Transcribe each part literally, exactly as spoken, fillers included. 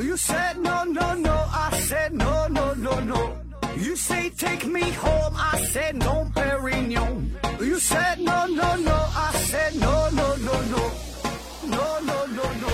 You said no, no, no, I said no, no, no, no. You say take me home, I said no, Perignon. You said no, no, no, I said no, no, no, no. No, no, no, no.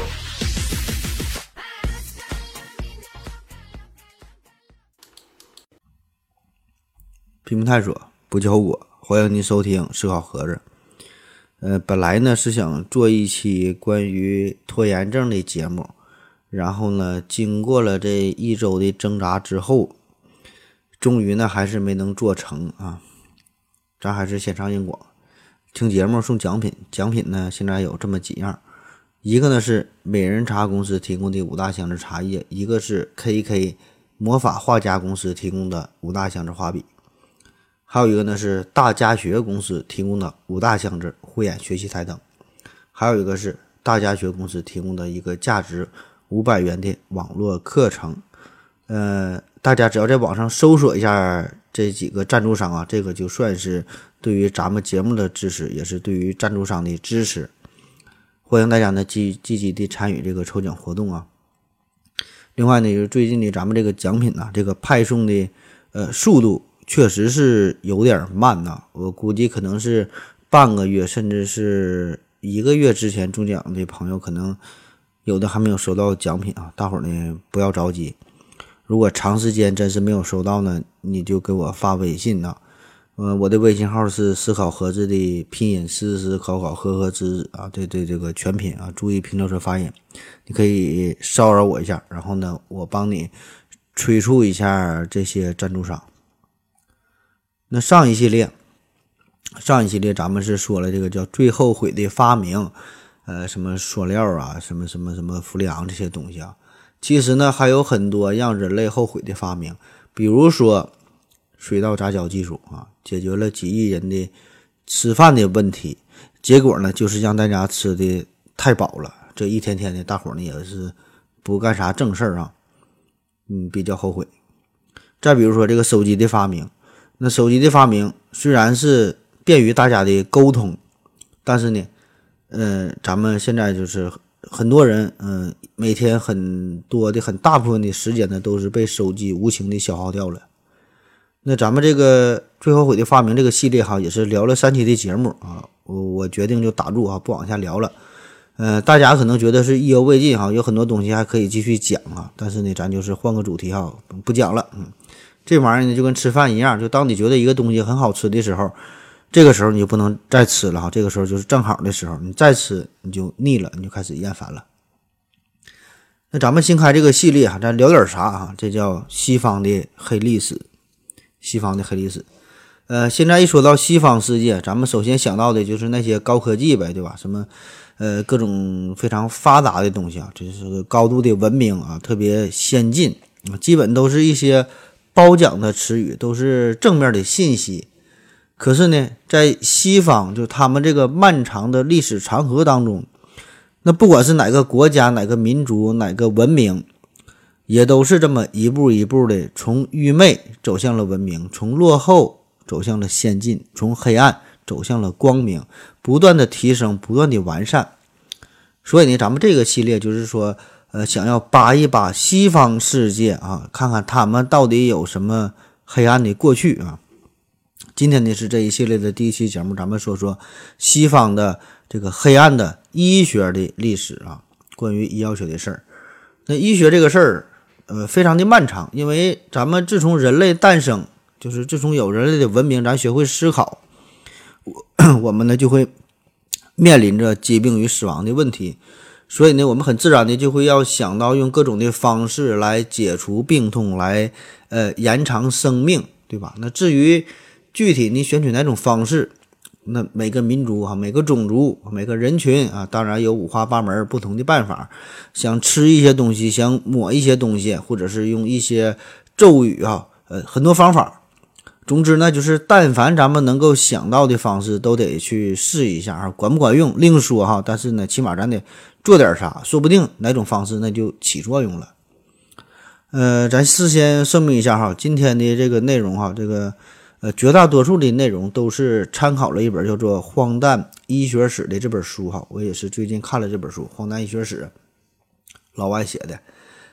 拼命探索，不计后果。欢迎您收听思考盒子。呃，本来呢是想做一期关于拖延症的节目，然后呢，经过了这一周的挣扎之后，终于呢还是没能做成啊。咱还是先上硬广，听节目送奖品，奖品呢现在有这么几样，一个呢是美人茶公司提供的五大箱子茶叶，一个是 K K 魔法画家公司提供的五大箱子画笔。还有一个呢是大家学公司提供的五大箱子护眼学习台灯，还有一个是大家学公司提供的一个价值五百元的网络课程。呃，大家只要在网上搜索一下这几个赞助商啊，这个就算是对于咱们节目的支持，也是对于赞助商的支持。欢迎大家呢积积极的参与这个抽奖活动啊。另外呢，就是最近的咱们这个奖品啊，这个派送的呃速度确实是有点慢呐、啊，我估计可能是半个月甚至是一个月之前中奖的朋友，可能有的还没有收到奖品啊。大伙儿呢不要着急，如果长时间真是没有收到呢，你就给我发微信呐、啊。呃，我的微信号是思考盒子的拼音思思考考呵呵之啊，对对，这个全拼啊，注意平翘舌发音。你可以骚扰我一下，然后呢，我帮你催促一下这些赞助商。那上一系列，上一系列咱们是说了这个叫最后悔的发明，呃，什么塑料啊，什么什么什么氟利昂这些东西啊。其实呢，还有很多让人类后悔的发明，比如说水稻杂交技术啊，解决了几亿人的吃饭的问题，结果呢，就是让大家吃的太饱了，这一天天的，大伙儿呢也是不干啥正事儿啊，嗯，比较后悔。再比如说这个手机的发明。那手机的发明虽然是便于大家的沟通，但是呢，呃，咱们现在就是很多人，嗯、呃，每天很多的很大部分的时间呢，都是被手机无情的消耗掉了。那咱们这个最后悔的发明这个系列哈，也是聊了三期的节目啊，我我决定就打住啊，不往下聊了。呃，大家可能觉得是意犹未尽哈，有很多东西还可以继续讲啊，但是呢，咱就是换个主题哈，不讲了，嗯。这玩意儿呢就跟吃饭一样，就当你觉得一个东西很好吃的时候，这个时候你就不能再吃了哈，这个时候就是正好的时候，你再吃你就腻了，你就开始厌烦了。那咱们新开这个系列哈，咱聊点啥啊？这叫西方的黑历史。西方的黑历史，呃，现在一说到西方世界，咱们首先想到的就是那些高科技呗，对吧？什么呃各种非常发达的东西啊，这是个高度的文明啊，特别先进啊，基本都是一些褒奖的词语，都是正面的信息。可是呢，在西方，就他们这个漫长的历史长河当中，那不管是哪个国家、哪个民族、哪个文明，也都是这么一步一步的从愚昧走向了文明，从落后走向了先进，从黑暗走向了光明，不断的提升，不断的完善。所以呢，咱们这个系列就是说呃，想要扒一扒西方世界啊，看看他们到底有什么黑暗的过去啊。今天呢是这一系列的第一期节目，咱们说说西方的这个黑暗的医学的历史啊，关于医药学的事儿。那医学这个事儿，呃，非常的漫长，因为咱们自从人类诞生，就是自从有人类的文明，咱学会思考，我我们呢就会面临着疾病与死亡的问题。所以呢，我们很自然的就会要想到用各种的方式来解除病痛，来呃延长生命，对吧？那至于具体你选取哪种方式，那每个民族啊，每个种族，每个人群啊，当然有五花八门不同的办法。想吃一些东西，想抹一些东西，或者是用一些咒语啊，呃，很多方法。总之呢，就是但凡咱们能够想到的方式，都得去试一下啊，管不管用另说哈。但是呢，起码咱得做点啥，说不定哪种方式那就起作用了。呃，咱事先声明一下哈，今天的这个内容哈，这个呃绝大多数的内容都是参考了一本叫做《荒诞医学史》的这本书哈，我也是最近看了这本书《荒诞医学史》，老外写的。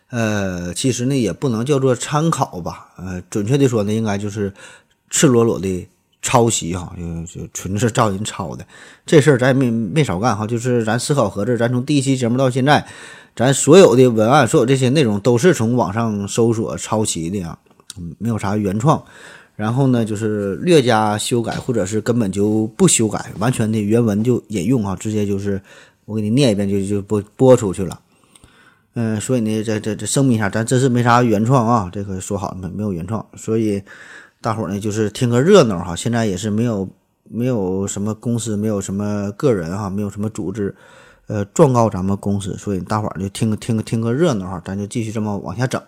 呃，其实呢也不能叫做参考吧，呃，准确的说呢，应该就是赤裸裸的抄袭哈，就就纯是照人抄的。这事儿咱也没没少干哈，就是咱思考盒子，咱从第一期节目到现在，咱所有的文案，所有这些内容都是从网上搜索抄袭的啊，没有啥原创。然后呢，就是略加修改，或者是根本就不修改，完全的原文就引用啊，直接就是我给你念一遍就就播播出去了。嗯，所以呢，这这这声明一下，咱真是没啥原创啊，这个说好了没没有原创，所以大伙儿呢就是听个热闹哈。现在也是没有没有什么公司，没有什么个人哈，没有什么组织，呃，状告咱们公司，所以大伙儿就听个听个听个热闹哈，咱就继续这么往下整。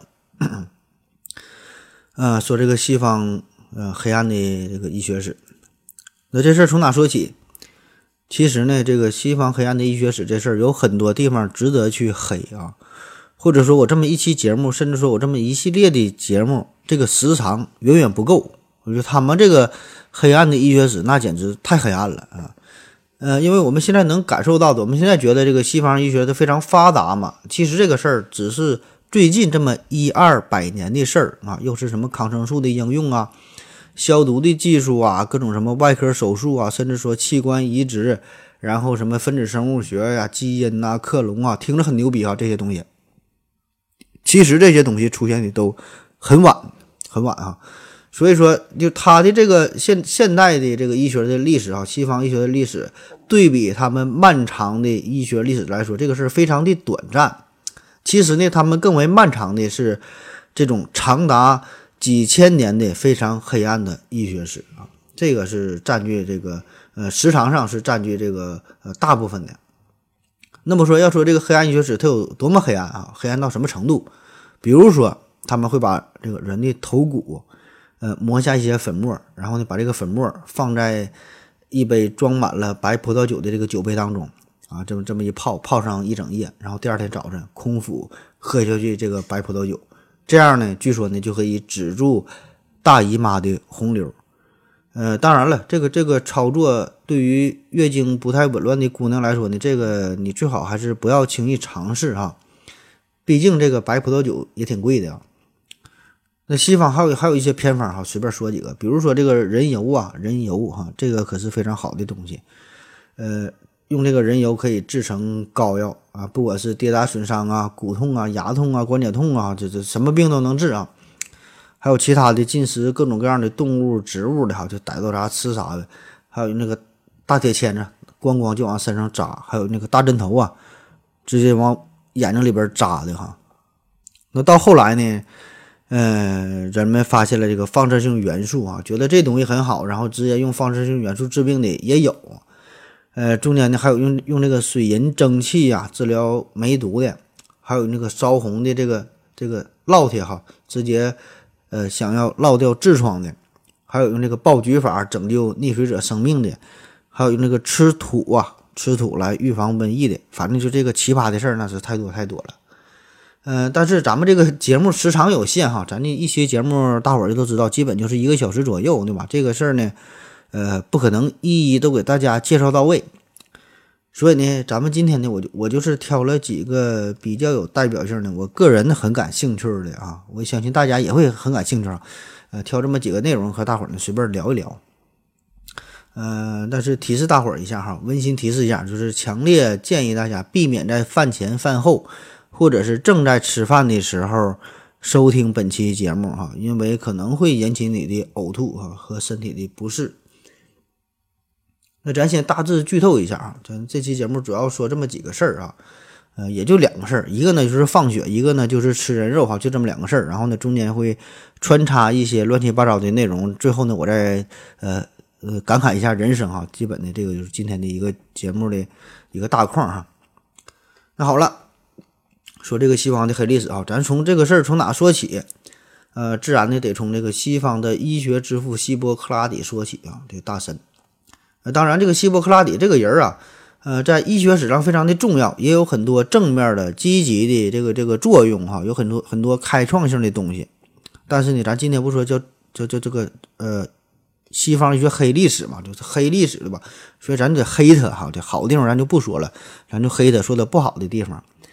呃，说这个西方呃黑暗的这个医学史，那这事儿从哪说起？其实呢，这个西方黑暗的医学史这事儿有很多地方值得去黑啊。或者说我这么一期节目，甚至说我这么一系列的节目，这个时长远远不够。我觉得他们这个黑暗的医学史那简直太黑暗了啊！呃，因为我们现在能感受到的，我们现在觉得这个西方医学都非常发达嘛，其实这个事儿只是最近这么一二百年的事儿啊，又是什么抗生素的应用啊，消毒的技术啊，各种什么外科手术啊，甚至说器官移植，然后什么分子生物学呀、啊、基因啊、克隆啊，听着很牛逼啊，这些东西。其实这些东西出现的都很晚很晚啊，所以说就他的这个现现代的这个医学的历史啊，西方医学的历史对比他们漫长的医学历史来说，这个是非常的短暂。其实呢，他们更为漫长的是这种长达几千年的非常黑暗的医学史啊，这个是占据这个呃时长上是占据这个呃大部分的。那么说要说这个黑暗医学史它有多么黑暗啊，黑暗到什么程度？比如说他们会把这个人的头骨呃磨下一些粉末，然后呢把这个粉末放在一杯装满了白葡萄酒的这个酒杯当中啊，这么这么一泡泡上一整夜，然后第二天早晨空腹喝下去这个白葡萄酒，这样呢据说呢就可以止住大姨妈的洪流。呃，当然了，这个这个操作对于月经不太紊乱的姑娘来说呢，这个你最好还是不要轻易尝试啊，毕竟这个白葡萄酒也挺贵的啊。那西方还有还有一些偏方哈，随便说几个，比如说这个人油啊，人油哈，这个可是非常好的东西。呃，用这个人油可以制成膏药啊，不管是跌打损伤啊、骨痛啊、牙痛啊、关节痛啊，这这什么病都能治啊。还有其他的进食各种各样的动物、植物的哈，就逮到啥吃啥的。还有那个大铁签子，咣咣就往身上扎；还有那个大针头啊，直接往眼睛里边扎的哈。那到后来呢，呃，人们发现了这个放射性元素啊，觉得这东西很好，然后直接用放射性元素治病的也有。呃，中间呢还有用用这个水银蒸汽啊治疗梅毒的，还有那个烧红的这个这个烙铁哈，直接。呃，想要烙掉痔疮的，还有用这个爆菊法拯救溺水者生命的，还有用这个吃土啊，吃土来预防瘟疫的，反正就这个奇葩的事儿那是太多太多了。呃，但是咱们这个节目时长有限哈，咱这一期节目大伙儿就都知道，基本就是一个小时左右，对吧？这个事儿呢，呃，不可能一一都给大家介绍到位。所以呢，咱们今天呢，我就我就是挑了几个比较有代表性的，我个人很感兴趣的啊，我相信大家也会很感兴趣啊。呃，挑这么几个内容和大伙儿呢随便聊一聊。呃，但是提示大伙儿一下哈，温馨提示一下，就是强烈建议大家避免在饭前饭后或者是正在吃饭的时候收听本期节目哈，因为可能会引起你的呕吐哈和身体的不适。那咱先大致剧透一下啊，咱这期节目主要说这么几个事儿啊，呃，也就两个事儿，一个呢就是放血，一个呢就是吃人肉哈，就这么两个事儿。然后呢，中间会穿插一些乱七八糟的内容，最后呢，我再呃呃感慨一下人生哈。基本的这个就是今天的一个节目的一个大框哈。那好了，说这个西方的黑历史啊，咱从这个事儿从哪说起？呃，自然的得从这个西方的医学之父希波克拉底说起啊，这个大神。当然这个希波克拉底这个人啊，呃，在医学史上非常的重要，也有很多正面的积极的这个这个作用哈，有很多很多开创性的东西。但是呢，咱今天不说叫叫叫这个呃西方医学黑历史嘛，就是黑历史的吧，所以咱得黑他哈，这好的地方咱就不说了，咱就黑他说的不好的地方。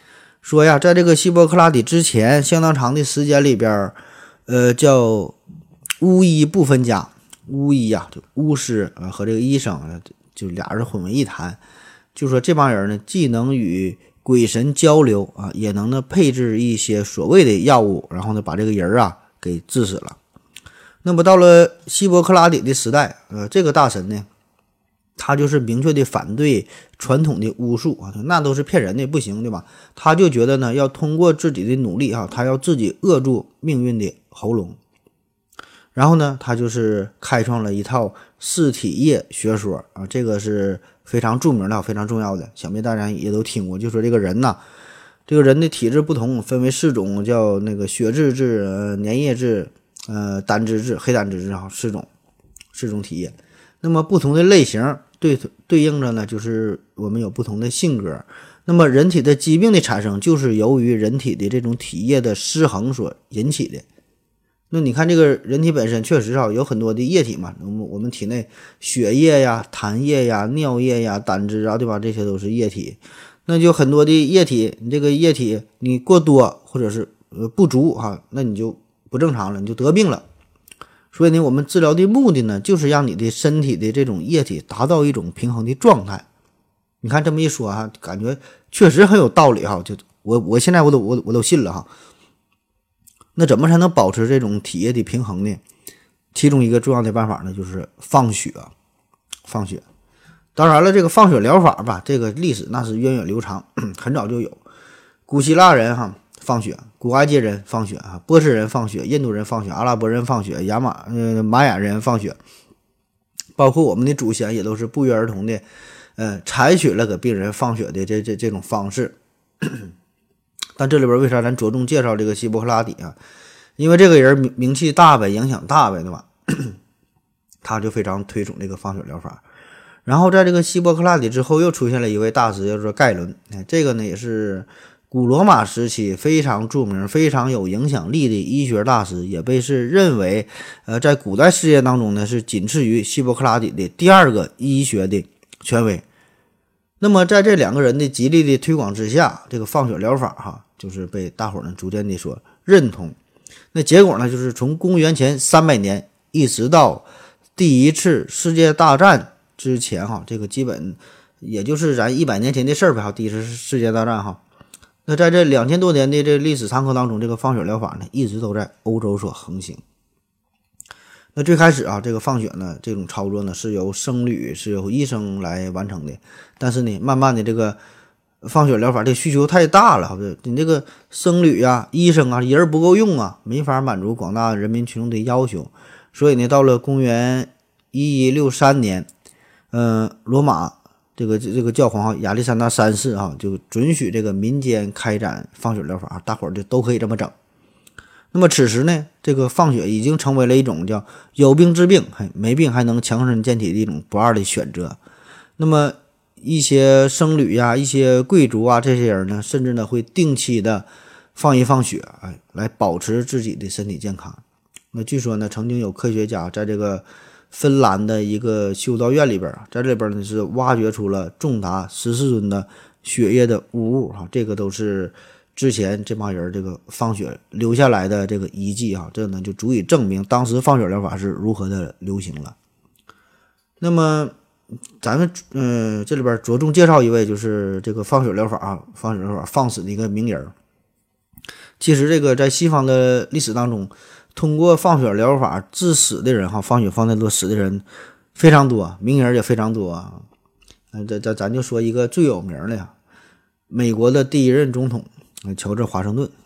说呀，在这个希波克拉底之前相当长的时间里边，呃，叫巫医不分家，巫医呀、啊，就巫师啊和这个医生啊，就俩人混为一谈，就说这帮人呢，既能与鬼神交流啊，也能呢配置一些所谓的药物，然后呢把这个人啊给治死了。那么到了希波克拉底的时代，呃，这个大神呢，他就是明确的反对传统的巫术啊，那都是骗人的，不行，对吧？他就觉得呢，要通过自己的努力啊，他要自己扼住命运的喉咙。然后呢，他就是开创了一套四体液学说啊，这个是非常著名的、非常重要的，想必大家也都听过。就说这个人呐，这个人的体质不同，分为四种，叫那个血质质、呃、粘液质、呃单脂质、黑单脂质啊，四种四种体液。那么不同的类型对对应着呢，就是我们有不同的性格。那么人体的疾病的产生，就是由于人体的这种体液的失衡所引起的。那你看这个人体本身确实啊有很多的液体嘛，我们我们体内血液呀、痰液呀、尿液呀、胆汁啊，对吧？这些都是液体。那就很多的液体，你这个液体你过多或者是呃不足哈、啊，那你就不正常了，你就得病了。所以呢，我们治疗的目的呢，就是让你的身体的这种液体达到一种平衡的状态。你看这么一说啊，感觉确实很有道理哈。就我我现在我都我我都信了哈。那怎么才能保持这种体液的平衡呢？其中一个重要的办法呢，就是放血。放血，当然了，这个放血疗法吧，这个历史那是源远流长，很早就有。古希腊人哈放血，古埃及人放血啊，波斯人放血，印度人放血，阿拉伯人放血，亚马呃玛雅人放血，包括我们的祖先也都是不约而同的，呃，采取了给病人放血的这这这种方式。但这里边为啥咱着重介绍这个希波克拉底啊？因为这个人名名气大呗，影响大呗，对吧？他就非常推崇这个放血疗法。然后在这个希波克拉底之后，又出现了一位大师，叫做盖伦。哎，这个呢也是古罗马时期非常著名、非常有影响力的医学大师，也被是认为，呃，在古代世界当中呢是仅次于希波克拉底的第二个医学的权威。那么在这两个人的极力的推广之下，这个放血疗法哈，就是被大伙儿呢逐渐的所认同。那结果呢，就是从公元前三百年一直到第一次世界大战之前哈，这个基本也就是咱一百年前的事儿呗哈。第一次世界大战哈，那在这两千多年的这历史长河当中，这个放血疗法呢一直都在欧洲所横行。那最开始啊，这个放血呢，这种操作呢是由僧侣、是由医生来完成的。但是呢，慢慢的这个放血疗法这需求太大了，你这个僧侣呀、医生啊，人不够用啊，没法满足广大人民群众的要求。所以呢，到了公元一一六三年，嗯、呃，罗马这个这个教皇啊亚历山大三世啊，就准许这个民间开展放血疗法，大伙儿就都可以这么整。那么此时呢，这个放血已经成为了一种叫有病治病，还没病还能强身健体的一种不二的选择。那么一些僧侣呀、一些贵族啊，这些人呢，甚至呢会定期的放一放血，哎，来保持自己的身体健康。那据说呢，曾经有科学家在这个芬兰的一个修道院里边，在这边呢是挖掘出了重达十四吨的血液的污物哈，这个都是之前这帮人这个放血留下来的这个遗迹哈，这呢就足以证明当时放血疗法是如何的流行了。那么咱们嗯、呃、这里边着重介绍一位，就是这个放血疗法啊，放血疗法放死的一个名人。其实这个在西方的历史当中，通过放血疗法致死的人哈，放血放太多死的人非常多，名人也非常多啊。呃，咱咱咱就说一个最有名的呀，美国的第一任总统乔治华盛顿。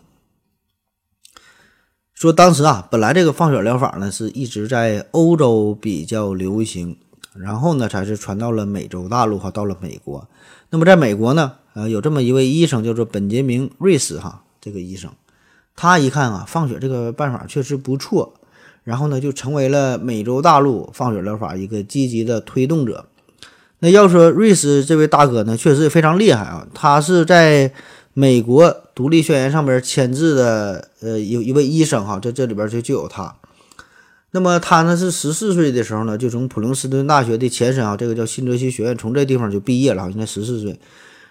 说当时啊，本来这个放血疗法呢是一直在欧洲比较流行，然后呢才是传到了美洲大陆哈，到了美国。那么在美国呢，呃，有这么一位医生叫做本杰明·瑞斯哈，这个医生。他一看啊，放血这个办法确实不错，然后呢，就成为了美洲大陆放血疗法一个积极的推动者。那要说瑞斯这位大哥呢，确实非常厉害啊，他是在美国独立宣言上面签字的，呃，有一位医生哈，在这里边就就有他。那么他呢是十四岁的时候呢，就从普林斯顿大学的前身啊，这个叫新泽西学院，从这地方就毕业了，现在十四岁。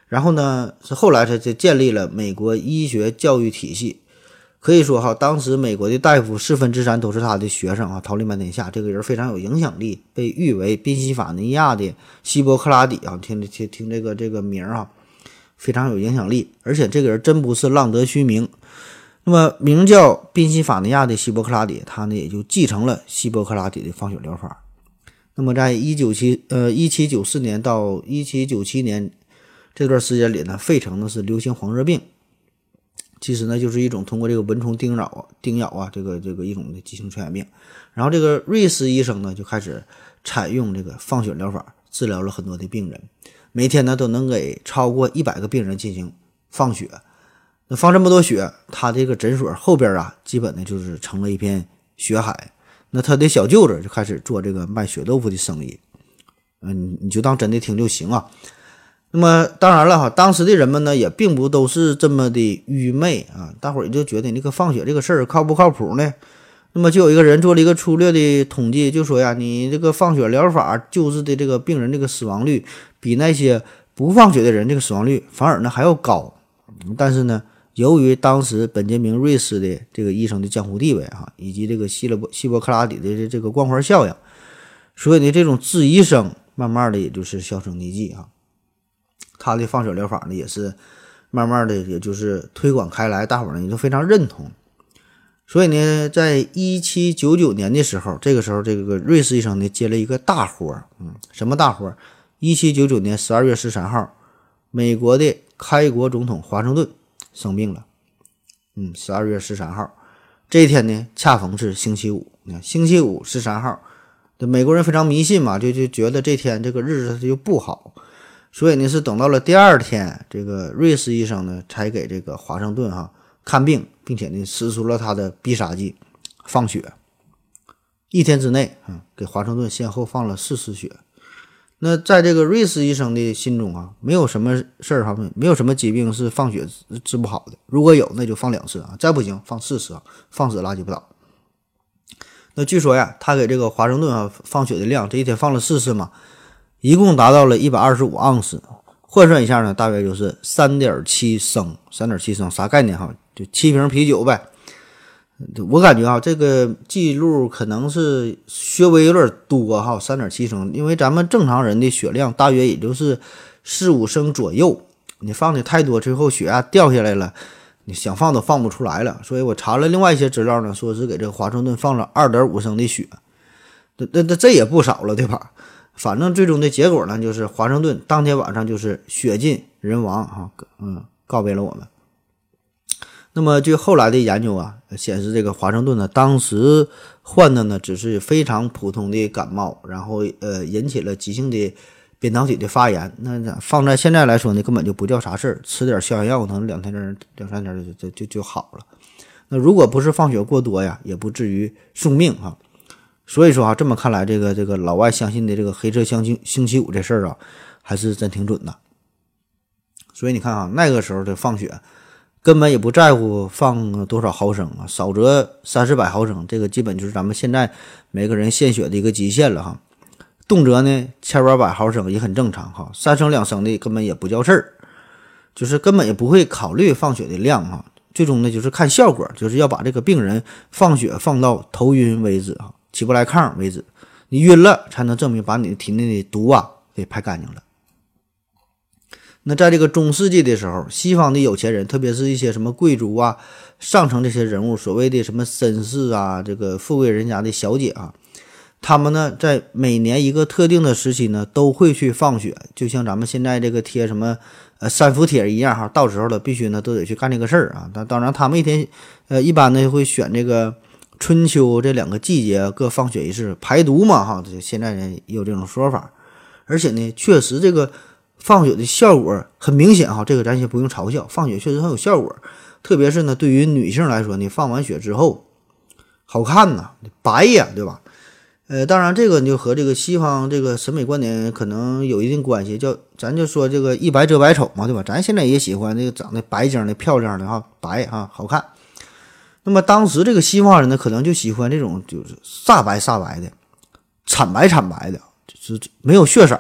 然后呢，是后来才才建立了美国医学教育体系。可以说哈，当时美国的大夫四分之三都是他的学生啊，桃李满天下，这个人非常有影响力，被誉为宾夕法尼亚的希波克拉底啊，听听听这个这个名啊，非常有影响力，而且这个人真不是浪得虚名。那么名叫宾夕法尼亚的希波克拉底，他呢也就继承了希波克拉底的放血疗法。那么在一九七呃一七九四年到一七九七年这段时间里呢，费城呢是流行黄热病。其实呢，就是一种通过这个蚊虫叮咬啊、叮咬啊，这个这个一种的急性传染病。然后这个瑞斯医生呢，就开始采用这个放血疗法，治疗了很多的病人。每天呢，都能给超过一百个病人进行放血。那放这么多血，他这个诊所后边啊，基本呢就是成了一片血海。那他的小舅子就开始做这个卖血豆腐的生意。嗯，你就当真的听就行啊。那么当然了哈，当时的人们呢也并不都是这么的愚昧啊，大伙儿也就觉得那个放血这个事儿靠不靠谱呢？那么就有一个人做了一个粗略的统计，就说呀，你这个放血疗法救治的这个病人这个死亡率比那些不放血的人这个死亡率反而呢还要高。但是呢，由于当时本杰明·瑞斯的这个医生的江湖地位啊，以及这个希勒波希波克拉底的这个光环效应，所以呢这种质疑声慢慢的也就是销声匿迹啊。他的放血疗法呢，也是慢慢的，也就是推广开来，大伙儿呢也都非常认同。所以呢，在一七九九年的时候，这个时候这个瑞士医生呢接了一个大活儿，嗯，什么大活儿？一七九九年十二月十三号，美国的开国总统华盛顿生病了，嗯，十二月十三号这一天呢，恰逢是星期五，你看星期五十三号，美国人非常迷信嘛，就就觉得这天这个日子它就不好。所以呢，是等到了第二天，这个瑞士医生呢才给这个华盛顿哈看病，并且呢使出了他的必杀技放血。一天之内啊，给华盛顿先后放了四次血。那在这个瑞士医生的心中啊，没有什么事儿哈，没有什么疾病是放血治不好的。如果有，那就放两次啊，再不行放四次啊，放死拉鸡不倒。那据说呀，他给这个华盛顿啊放血的量，这一天放了四次嘛。一共达到了一百二十五盎司，换算一下呢，大约就是 三点七升， 三点七升啥概念哈？就七瓶啤酒呗。我感觉啊，这个记录可能是稍微有点多哈， 三点七升，因为咱们正常人的血量大约也就是四五升左右，你放的太多，最后血压掉下来了，你想放都放不出来了。所以我查了另外一些资料呢，说是给这个华盛顿放了 二点五升的血，那那这也不少了，对吧？反正最终的结果呢，就是华盛顿当天晚上就是血尽人亡哈，嗯，告别了我们。那么据后来的研究啊，显示这个华盛顿呢，当时患的呢只是非常普通的感冒，然后呃引起了急性的扁桃体的发炎。那放在现在来说呢，根本就不叫啥事儿，吃点消炎药，可能两天两三天就就就就好了。那如果不是放血过多呀，也不至于送命啊。所以说啊，这么看来，这个这个老外相信的这个黑色星期星期五这事儿啊，还是真挺准的。所以你看啊，那个时候的放血根本也不在乎放多少毫升啊，少则三四百毫升，这个基本就是咱们现在每个人献血的一个极限了哈。动辄呢千八百毫升也很正常哈，三升两升的根本也不叫事儿，就是根本也不会考虑放血的量哈。最终呢就是看效果，就是要把这个病人放血放到头晕为止啊。起不来炕为止，你晕了才能证明把你的体内的毒啊给排干净了。那在这个中世纪的时候，西方的有钱人，特别是一些什么贵族啊、上层这些人物，所谓的什么绅士啊，这个富贵人家的小姐啊，他们呢在每年一个特定的时期呢，都会去放血，就像咱们现在这个贴什么呃三伏帖一样哈，到时候了必须呢都得去干这个事儿啊。但当然他们一天呃一般呢会选这个春秋这两个季节各放血一次排毒嘛哈，现在人也有这种说法。而且呢确实这个放血的效果很明显哈，这个咱先不用嘲笑，放血确实很有效果。特别是呢对于女性来说，你放完血之后好看呐，白呀，对吧？呃，当然这个就和这个西方这个审美观点可能有一定关系，叫咱就说这个一白遮百丑嘛，对吧？咱现在也喜欢这个长得白净的漂亮的哈，白哈好看。那么当时这个西方人呢，可能就喜欢这种就是煞白煞白的，惨白惨白的，就是没有血色儿，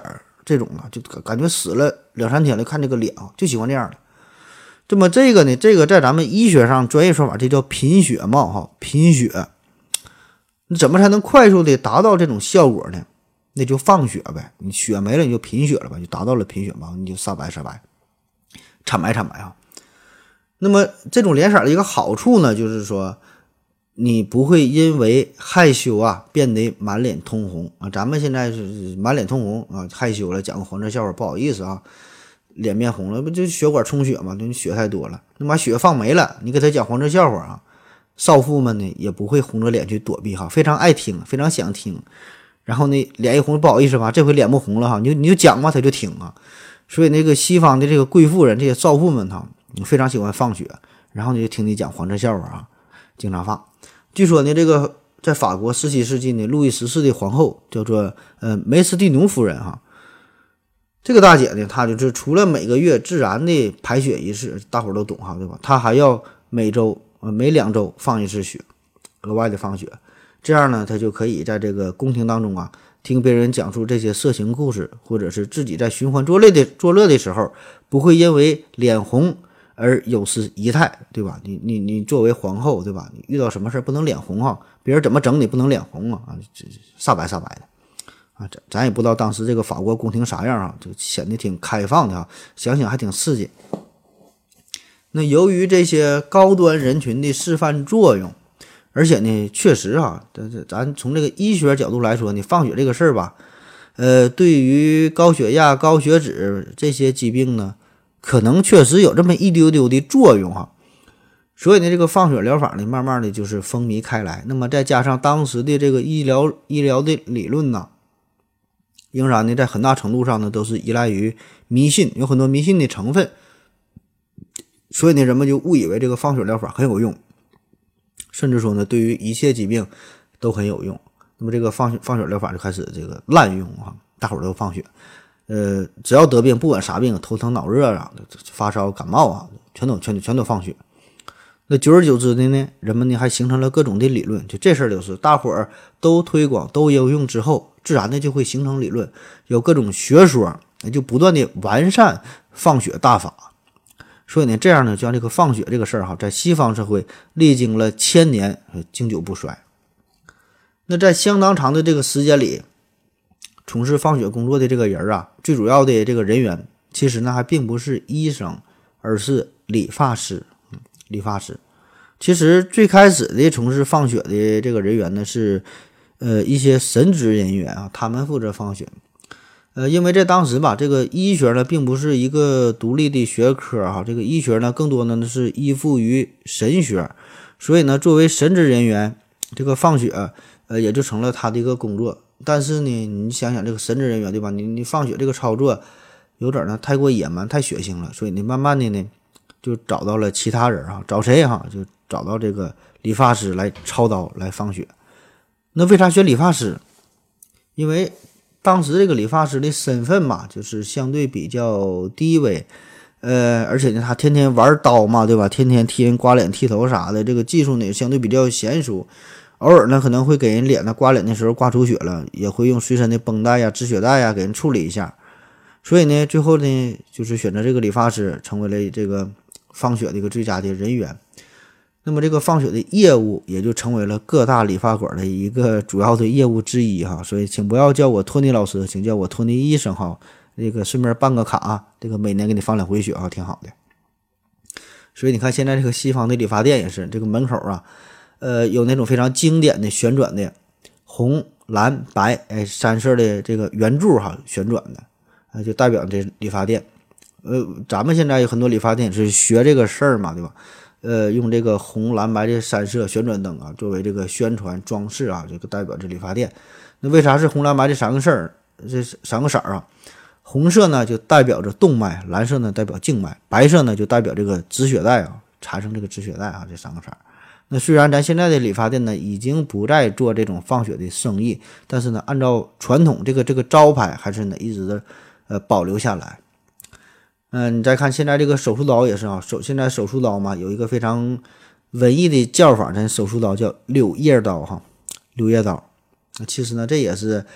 这种啊，就感觉死了两三天了，看这个脸啊，就喜欢这样的。这么这个呢，这个在咱们医学上专业说法，这叫贫血嘛，哈，贫血。你怎么才能快速的达到这种效果呢？那就放血呗，你血没了你就贫血了吧，就达到了贫血嘛，你就煞白煞白，惨白惨白啊。那么这种脸色的一个好处呢，就是说你不会因为害羞啊变得满脸通红啊。咱们现在是满脸通红啊，害羞了讲个黄色笑话不好意思啊，脸面红了，不就血管充血嘛，你血太多了，那把血放没了，你给他讲黄色笑话啊，少妇们呢也不会红着脸去躲避哈，非常爱听，非常想听。然后呢，脸一红不好意思吧，这回脸不红了哈，你就你就讲嘛，他就听啊。所以那个西方的这个贵妇人，这些少妇们哈，非常喜欢放血，然后呢就听你讲黄色笑话啊，经常放。据说呢，这个在法国十七世纪呢，路易十四的皇后叫做呃梅斯蒂农夫人哈。这个大姐呢，她就是除了每个月自然的排血一次，大伙儿都懂哈，对吧？她还要每周呃每两周放一次血，额外的放血。这样呢，他就可以在这个宫廷当中啊，听别人讲述这些色情故事，或者是自己在寻欢作乐的作乐的时候，不会因为脸红而有失仪态，对吧？你你你作为皇后，对吧？你遇到什么事不能脸红哈，别人怎么整你不能脸红啊，啊，这煞白煞白的啊，咱咱也不知道当时这个法国宫廷啥样啊，就显得挺开放的啊，想想还挺刺激。那由于这些高端人群的示范作用。而且呢，确实啊，这这咱从这个医学角度来说，你放血这个事儿吧，呃，对于高血压、高血脂这些疾病呢，可能确实有这么一丢丢的作用哈。所以呢，这个放血疗法呢，慢慢的就是风靡开来。那么再加上当时的这个医疗医疗的理论呢，仍然呢，在很大程度上呢，都是依赖于迷信，有很多迷信的成分。所以呢，人们就误以为这个放血疗法很有用。甚至说呢，对于一切疾病都很有用。那么这个放血放血疗法就开始这个滥用啊，大伙儿都放血。呃，只要得病，不管啥病，头疼脑热啊，发烧感冒啊，全都全都全都放血。那久而久之的呢，人们呢还形成了各种的理论。就这事儿就是大伙儿都推广都有用之后，自然的就会形成理论，有各种学说，就不断的完善放血大法。所以呢，这样呢，像这个放血这个事儿哈，在西方社会历经了千年，经久不衰。那在相当长的这个时间里，从事放血工作的这个人啊，最主要的这个人员，其实呢还并不是医生，而是理发师。嗯，理发师。其实最开始的从事放血的这个人员呢，是呃一些神职人员啊，他们负责放血。呃，因为在当时吧，这个医学呢并不是一个独立的学科哈，这个医学呢更多呢是依附于神学，所以呢，作为神职人员，这个放血呃也就成了他的一个工作。但是呢，你想想这个神职人员对吧？你你放血这个操作有点呢太过野蛮、太血腥了，所以你慢慢的呢就找到了其他人哈，找谁哈？就找到这个理发师来操刀来放血。那为啥选理发师？因为当时这个理发师的身份嘛，就是相对比较低微，呃，而且呢，他天天玩刀嘛，对吧？天天替人刮脸、剃头啥的，这个技术呢相对比较娴熟。偶尔呢，可能会给人脸呢刮脸的时候刮出血了，也会用随身的绷带呀、止血带呀给人处理一下。所以呢，最后呢，就是选择这个理发师，成为了这个放血的一个最佳的人员。那么这个放血的业务也就成为了各大理发馆的一个主要的业务之一哈，所以请不要叫我托尼老师，请叫我托尼医生哈。这个顺便办个卡啊，这个每年给你放两回血啊，挺好的。所以你看现在这个西方的理发店也是，这个门口啊，呃，有那种非常经典的旋转的红蓝白哎三色的这个圆柱哈，旋转的，啊，就代表这理发店。呃，咱们现在有很多理发店是学这个事儿嘛，对吧？呃，用这个红蓝白的三色旋转灯啊，作为这个宣传装饰啊，这个代表这理发店。那为啥是红蓝白这三个色儿？这三个色儿啊？红色呢就代表着动脉，蓝色呢代表静脉，白色呢就代表这个止血带啊，产生这个止血带啊，这三个色儿。那虽然咱现在的理发店呢已经不再做这种放血的生意，但是呢，按照传统这个这个招牌还是呢一直的呃保留下来。嗯、呃，你再看现在这个手术刀也是啊，手现在手术刀嘛有一个非常文艺的叫法，咱手术刀叫柳叶刀哈，柳叶刀。其实呢这也是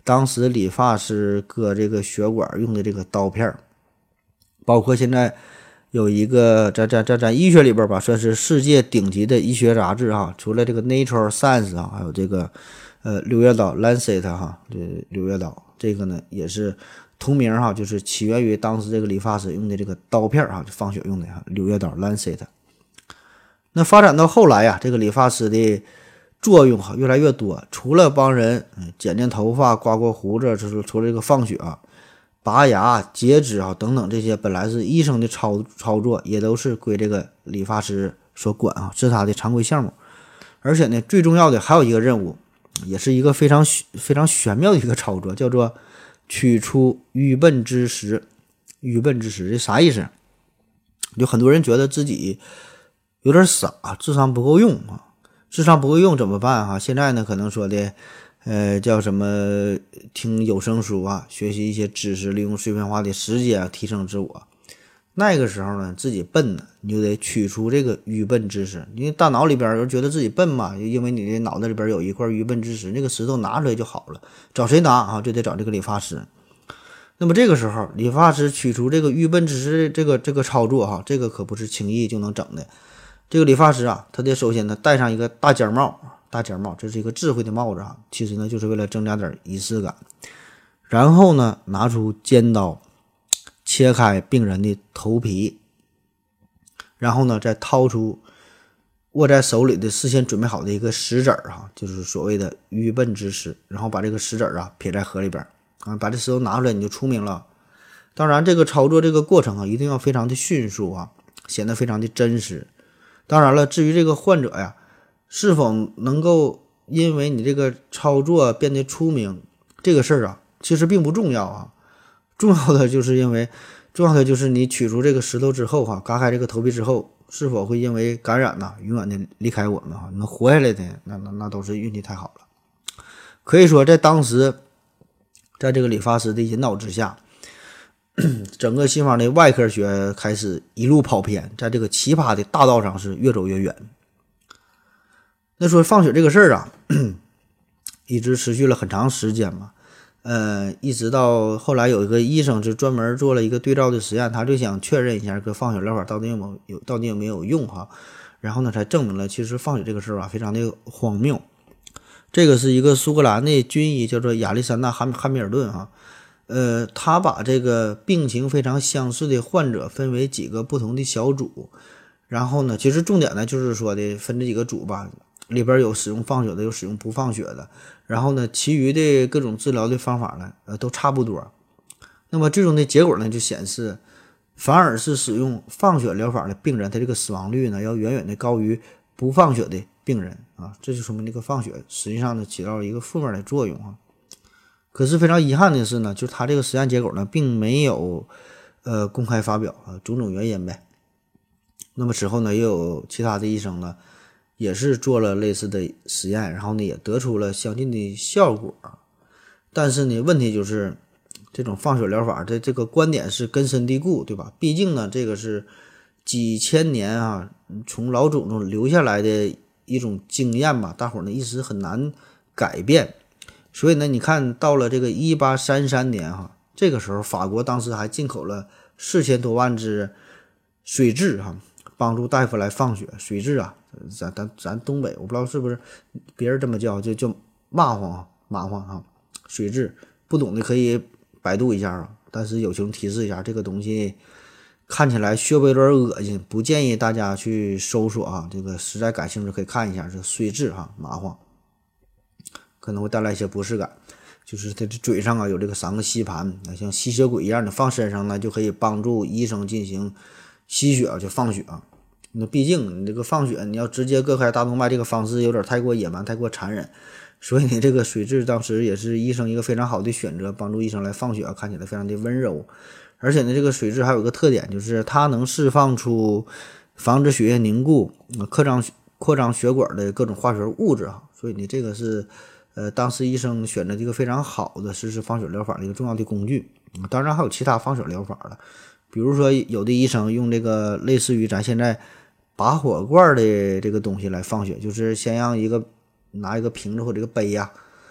当时理发师割这个血管用的这个刀片，包括现在有一个在在在咱医学里边吧，算是世界顶级的医学杂志哈，除了这个 Nature Science 啊，还有这个呃柳叶刀 Lancet 哈，这柳叶刀这个呢也是同名哈，就是起源于当时这个理发师用的这个刀片哈，就放血用的哈，柳叶刀 Lancet。那发展到后来呀，这个理发师的作用哈越来越多，除了帮人嗯剪剪头发、刮刮胡子，就是除了这个放血啊、拔牙、截肢啊等等这些本来是医生的操操作，也都是归这个理发师所管啊，是他的常规项目。而且呢，最重要的还有一个任务，也是一个非常非常玄妙的一个操作，叫做取出愚笨之石。愚笨之石这啥意思？有很多人觉得自己有点傻，智商不够用啊。智商不够用怎么办哈？现在呢，可能说的，呃，叫什么听有声书啊，学习一些知识，利用碎片化的时间啊，提升自我。那个时候呢，自己笨呢，你就得取出这个愚笨知识。因为大脑里边就觉得自己笨嘛，因为你的脑袋里边有一块愚笨知识，那个石头拿出来就好了。找谁拿啊？就得找这个理发师。那么这个时候，理发师取出这个愚笨知识，这个这个操作哈，这个可不是轻易就能整的。这个理发师啊，他得首先呢戴上一个大尖帽，大尖帽，这是一个智慧的帽子啊，其实呢就是为了增加点仪式感。然后呢，拿出尖刀，切开病人的头皮，然后呢再掏出握在手里的事先准备好的一个石子儿啊，就是所谓的愚笨之石，然后把这个石子儿啊撇在河里边啊，把这石头拿出来你就出名了。当然，这个操作这个过程啊，一定要非常的迅速啊，显得非常的真实。当然了，至于这个患者呀，是否能够因为你这个操作变得出名，这个事儿啊，其实并不重要啊。重要的就是因为，重要的就是你取出这个石头之后哈，割开这个头皮之后，是否会因为感染呐，永远的离开我们哈，能活下来的，那那那都是运气太好了。可以说，在当时，在这个理发师的引导之下，整个西方的外科学开始一路跑偏，在这个奇葩的大道上是越走越远。那说放血这个事儿啊，一直持续了很长时间嘛，呃，一直到后来有一个医生就专门做了一个对照的实验，他就想确认一下这放血疗法到底有没有有到底有没有用哈，然后呢才证明了其实放血这个事儿啊非常的荒谬。这个是一个苏格兰的军医，叫做亚历山大汉汉密尔顿哈。呃，他把这个病情非常相似的患者分为几个不同的小组，然后呢，其实重点呢就是说的分这几个组吧，里边有使用放血的，有使用不放血的，然后呢，其余的各种治疗的方法呢，呃，都差不多。那么最终的结果呢，就显示，反而是使用放血疗法的病人，他这个死亡率呢，要远远的高于不放血的病人啊，这就说明这个放血实际上呢起到了一个负面的作用啊。可是非常遗憾的是呢，就是他这个实验结果呢，并没有呃公开发表啊，种种原因呗。那么之后呢，也有其他的医生呢，也是做了类似的实验，然后呢，也得出了相近的效果。但是呢，问题就是这种放血疗法的这个观点是根深蒂固，对吧？毕竟呢，这个是几千年啊，从老祖宗留下来的一种经验吧，大伙儿呢一时很难改变。所以呢，你看到了这个一八三三年哈，这个时候法国当时还进口了四千多万只水蛭哈，帮助大夫来放血。水蛭啊，咱咱咱东北我不知道是不是别人这么叫，就叫蚂蟥啊，蚂蟥哈，水蛭不懂的可以百度一下啊。但是友情提示一下，这个东西看起来稍微有点恶心，不建议大家去搜索啊。这个实在感兴趣可以看一下，是水蛭哈，蚂蟥。可能会带来一些不适感，就是它的嘴上啊有这个三个吸盘，像吸血鬼一样的放身上呢，就可以帮助医生进行吸血啊，就放血啊。那毕竟你这个放血，你要直接割开大动脉，这个方式有点太过野蛮，太过残忍，所以呢，这个水蛭当时也是医生一个非常好的选择，帮助医生来放血啊，看起来非常的温柔。而且呢，这个水蛭还有一个特点，就是它能释放出防止血液凝固、扩张扩张血管的各种化学物质啊，所以呢，这个是。呃，当时医生选择一个非常好的实施放血疗法的一个重要的工具。当然还有其他放血疗法了，比如说有的医生用这个类似于咱现在拔火罐的这个东西来放血，就是先让一个拿一个瓶子或者一个杯呀、啊，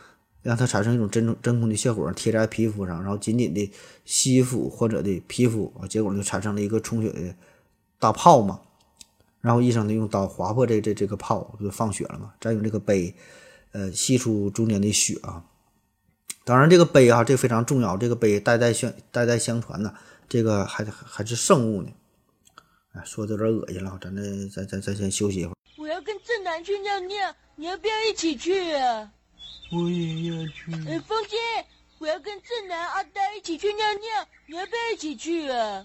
让它产生一种真真空的效果，贴在皮肤上，然后紧紧的吸附患者的皮肤啊，结果就产生了一个充血的大泡嘛。然后医生呢用刀划破这这这个泡，就放血了嘛。再用这个杯，呃，吸出中间的血啊。当然这个杯啊，这个非常重要，这个杯代代相代代相传呢，这个还还是圣物呢。哎，说的有点恶心了，咱这再再再先休息一会儿。 我要跟正南去尿尿，你要不要一起去啊？ 我也要去。 哎，风姐，我要跟正南、阿呆一起去尿尿，你要不要一起去啊？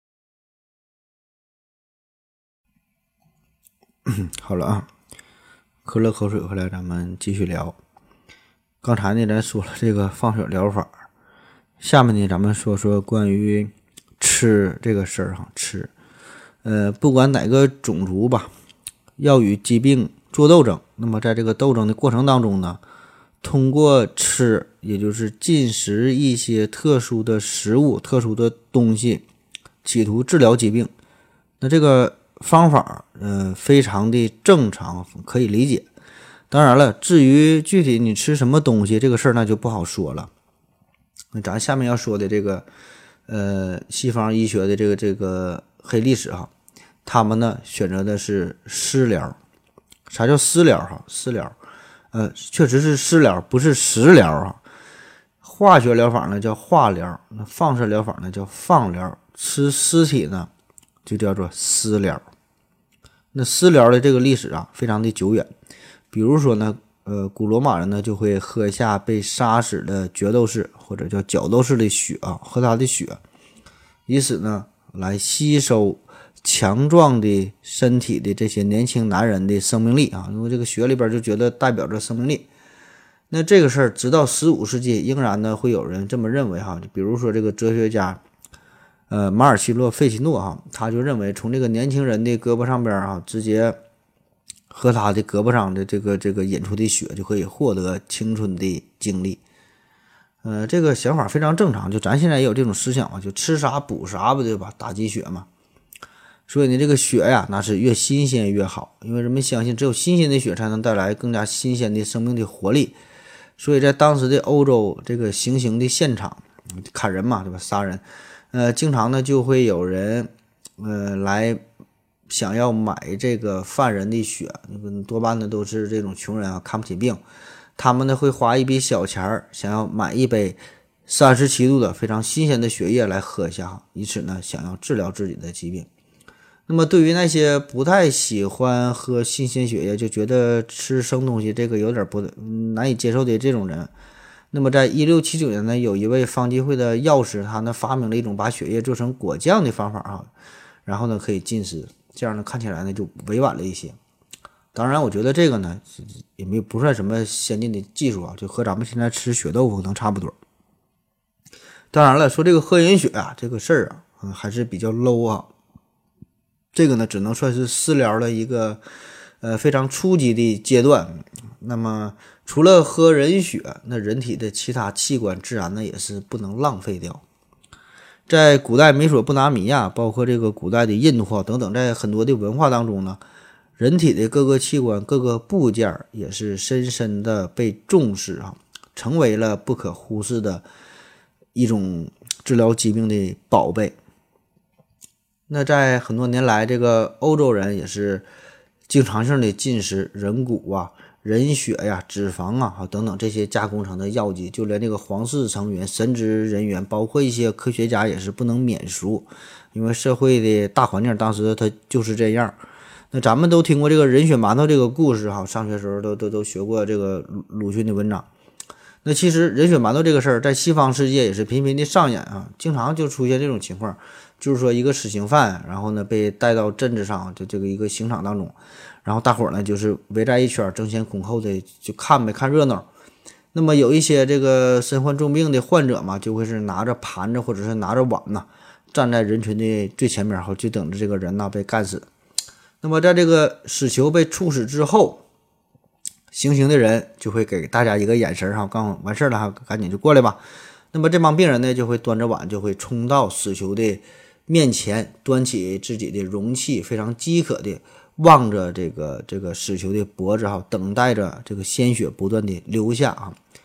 好了啊，喝了口水回来，咱们继续聊。刚才呢，咱说了这个放血疗法，下面呢，咱们说说关于吃这个事儿哈。吃，呃，不管哪个种族吧，要与疾病做斗争，那么在这个斗争的过程当中呢，通过吃，也就是进食一些特殊的食物、特殊的东西，企图治疗疾病。那这个方法，呃，非常的正常，可以理解。当然了，至于具体你吃什么东西这个事儿，那就不好说了。那咱下面要说的这个，呃，西方医学的这个这个黑历史哈，他们呢选择的是食疗。啥叫食疗哈？食疗，呃，确实是食疗，不是食疗啊。化学疗法呢叫化疗，那放射疗法呢叫放疗，吃尸体呢就叫做私疗。那私疗的这个历史啊，非常的久远。比如说呢，呃，古罗马人呢就会喝下被杀死的角斗士或者叫角斗士的血啊，喝他的血，以此呢来吸收强壮的身体的这些年轻男人的生命力啊，因为这个血里边就觉得代表着生命力。那这个事儿直到十五世纪仍然呢会有人这么认为哈，比如说这个哲学家呃马尔奇洛费奇诺哈，他就认为从这个年轻人的胳膊上边啊直接喝他的胳膊上的这个这个引出的血就可以获得青春的精力。呃，这个想法非常正常，就咱现在也有这种思想嘛，就吃啥补啥吧，对吧？打鸡血嘛。所以呢，这个血呀，那是越新鲜越好，因为人们相信只有新鲜的血才能带来更加新鲜的生命的活力。所以在当时的欧洲这个行刑的现场，砍人嘛，对吧？杀人，呃，经常呢就会有人呃来想要买这个犯人的血，多半呢都是这种穷人啊，看不起病，他们呢会花一笔小钱儿，想要买一杯三十七度的非常新鲜的血液来喝下，以此呢想要治疗自己的疾病。那么对于那些不太喜欢喝新鲜血液，就觉得吃生东西这个有点不难以接受的这种人，那么在一六七九年呢，有一位方济会的药师，他呢发明了一种把血液做成果酱的方法啊，然后呢可以进食，这样呢看起来呢就委婉了一些。当然我觉得这个呢也没不算什么先进的技术啊，就和咱们现在吃血豆腐可能差不多。当然了，说这个喝人血啊这个事儿啊、嗯、还是比较 low 啊，这个呢只能算是私疗的一个呃非常初级的阶段。那么除了喝人血，那人体的其他器官自然呢也是不能浪费掉。在古代美索不达米亚，包括这个古代的印度啊等等，在很多的文化当中呢，人体的各个器官各个部件也是深深的被重视啊，成为了不可忽视的一种治疗疾病的宝贝。那在很多年来，这个欧洲人也是经常性的进食人骨啊、人血呀、脂肪啊等等这些加工成的药剂，就连这个皇室成员、神职人员，包括一些科学家也是不能免俗，因为社会的大环境当时它就是这样。那咱们都听过这个人血馒头这个故事哈，上学时候都都都学过这个鲁鲁迅的文章。那其实人血馒头这个事儿在西方世界也是频频的上演啊，经常就出现这种情况，就是说一个死刑犯，然后呢被带到镇子上，就这个一个刑场当中，然后大伙儿呢就是围在一圈，争先恐后的就看呗，看热闹。那么有一些这个身患重病的患者嘛，就会是拿着盘子或者是拿着碗呐，站在人群的最前面，就等着这个人呐被干死。那么在这个死囚被处死之后，行刑的人就会给大家一个眼神哈，刚完事儿了哈，赶紧就过来吧。那么这帮病人呢，就会端着碗，就会冲到死囚的面前，端起自己的容器，非常饥渴的望着这个这个死囚的脖子哈，等待着这个鲜血不断的流下啊。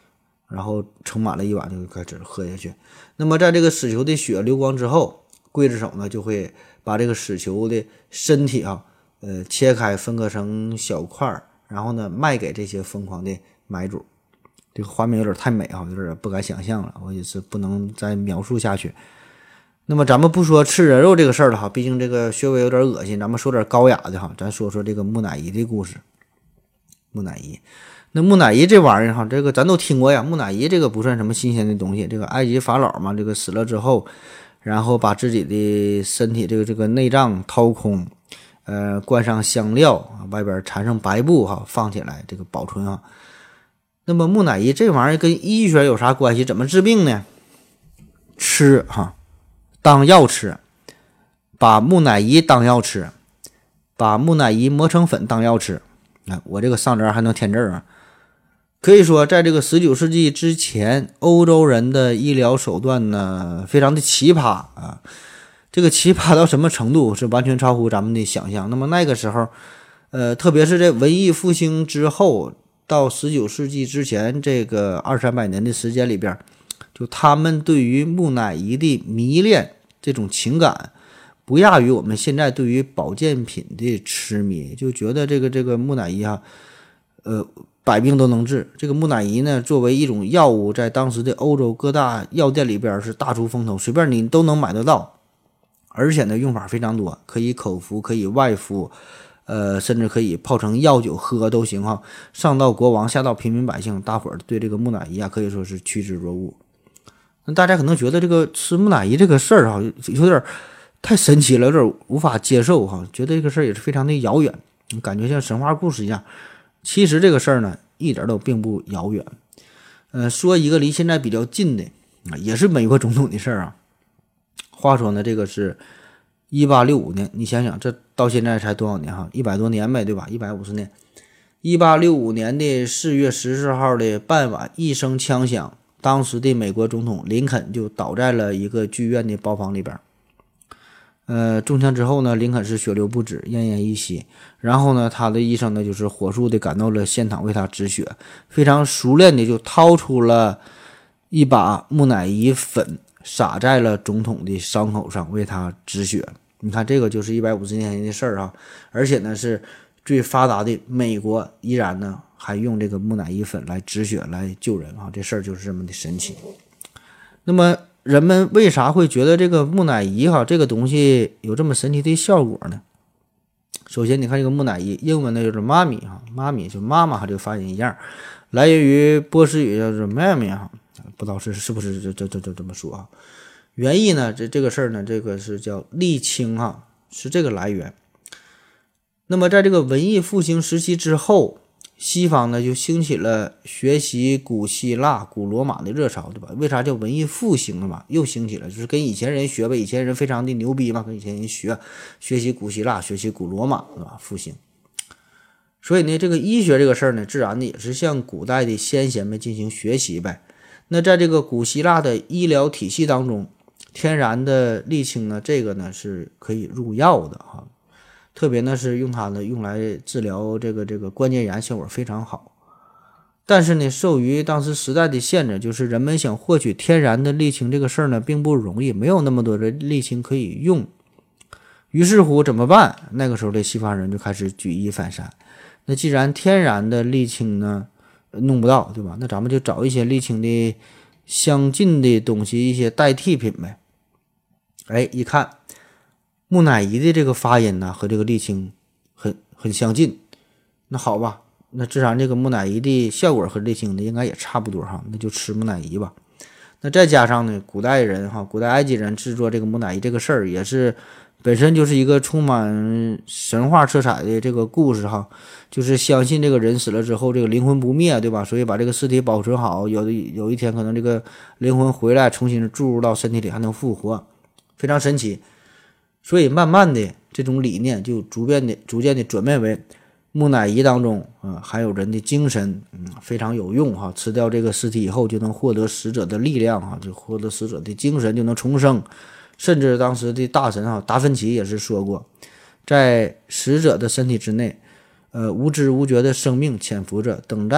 然后盛满了一碗就开始喝下去。那么在这个死囚的血流光之后，刽子手呢就会把这个死囚的身体啊，呃切开分割成小块，然后呢卖给这些疯狂的买主。这个画面有点太美啊，有点不敢想象了，我也是不能再描述下去。那么咱们不说吃人肉这个事儿了哈，毕竟这个穴位有点恶心，咱们说点高雅的哈，咱说说这个木乃伊的故事。木乃伊，那木乃伊这玩意儿哈，这个咱都听过呀。木乃伊这个不算什么新鲜的东西，这个埃及法老嘛，这个死了之后，然后把自己的身体这个这个内脏掏空，呃，灌上香料，外边缠上白布哈，放起来这个保存啊。那么木乃伊这玩意儿跟医学有啥关系？怎么治病呢？吃哈。当药吃，把木乃伊当药吃，把木乃伊磨成粉当药吃。啊，我这个上联还能添字啊！可以说，在这个十九世纪之前，欧洲人的医疗手段呢，非常的奇葩啊。这个奇葩到什么程度，是完全超乎咱们的想象。那么那个时候，呃，特别是在文艺复兴之后，到十九世纪之前这个二三百年的时间里边，就他们对于木乃伊的迷恋这种情感，不亚于我们现在对于保健品的痴迷，就觉得这个这个木乃伊啊，呃，百病都能治。这个木乃伊呢，作为一种药物，在当时的欧洲各大药店里边是大出风头，随便你都能买得到，而且呢，用法非常多，可以口服，可以外敷，呃，甚至可以泡成药酒喝都行哈。上到国王，下到平民百姓，大伙儿对这个木乃伊啊，可以说是趋之若鹜。那大家可能觉得这个吃木乃伊这个事儿哈，有点太神奇了，有点无法接受哈，觉得这个事儿也是非常的遥远，感觉像神话故事一样。其实这个事儿呢，一点都并不遥远。呃，说一个离现在比较近的啊，也是美国总统的事儿啊。话说呢，这个是一八六五年，你想想，这到现在才多少年哈？一百多年呗，对吧？一百五十年。一八六五年的四月十四号的傍晚，一声枪响。当时的美国总统林肯就倒在了一个剧院的包房里边，呃，中枪之后呢，林肯是血流不止，奄奄一息。然后呢，他的医生呢就是火速的赶到了现场为他止血，非常熟练的就掏出了一把木乃伊粉，撒在了总统的伤口上为他止血。你看，这个就是一百五十年前的事儿啊，而且呢是最发达的美国依然呢还用这个木乃伊粉来止血来救人啊，这事儿就是这么的神奇。那么人们为啥会觉得这个木乃伊哈这个东西有这么神奇的效果呢？首先你看这个木乃伊，英文呢就是妈咪哈，妈咪就妈妈哈，这个发音一样，来源于波斯语叫做妈咪哈，不知道是是不是这这这这这么说啊？原意呢，这这个事儿呢，这个是叫沥青哈，是这个来源。那么在这个文艺复兴时期之后，西方呢就兴起了学习古希腊、古罗马的热潮，对吧？为啥叫文艺复兴了嘛？又兴起了，就是跟以前人学呗，以前人非常的牛逼嘛，跟以前人学学习古希腊、学习古罗马，对吧？复兴。所以呢，这个医学这个事儿呢，自然的也是向古代的先贤们进行学习呗。那在这个古希腊的医疗体系当中，天然的沥青呢，这个呢是可以入药的哈。特别呢是用它呢用来治疗这个这个关节炎，效果非常好。但是呢，受于当时时代的限制，就是人们想获取天然的沥青这个事儿呢并不容易，没有那么多的沥青可以用。于是乎怎么办？那个时候的西方人就开始举一反三。那既然天然的沥青呢弄不到，对吧？那咱们就找一些沥青的相近的东西，一些代替品呗。哎，一看木乃伊的这个发音呢和这个沥青很很相近，那好吧，那自然这个木乃伊的效果和沥青的应该也差不多哈，那就吃木乃伊吧。那再加上呢，古代人哈，古代埃及人制作这个木乃伊这个事儿也是本身就是一个充满神话色彩的这个故事哈，就是相信这个人死了之后这个灵魂不灭，对吧？所以把这个尸体保存好，有的有一天可能这个灵魂回来重新注入到身体里还能复活，非常神奇。所以慢慢的这种理念就逐渐的逐渐的转变为木乃伊当中啊、呃、还有人的精神，嗯，非常有用哈，吃掉这个尸体以后就能获得死者的力量哈，就获得死者的精神，就能重生。甚至当时的大神哈达芬奇也是说过，在死者的身体之内，呃无知无觉的生命潜伏着，等待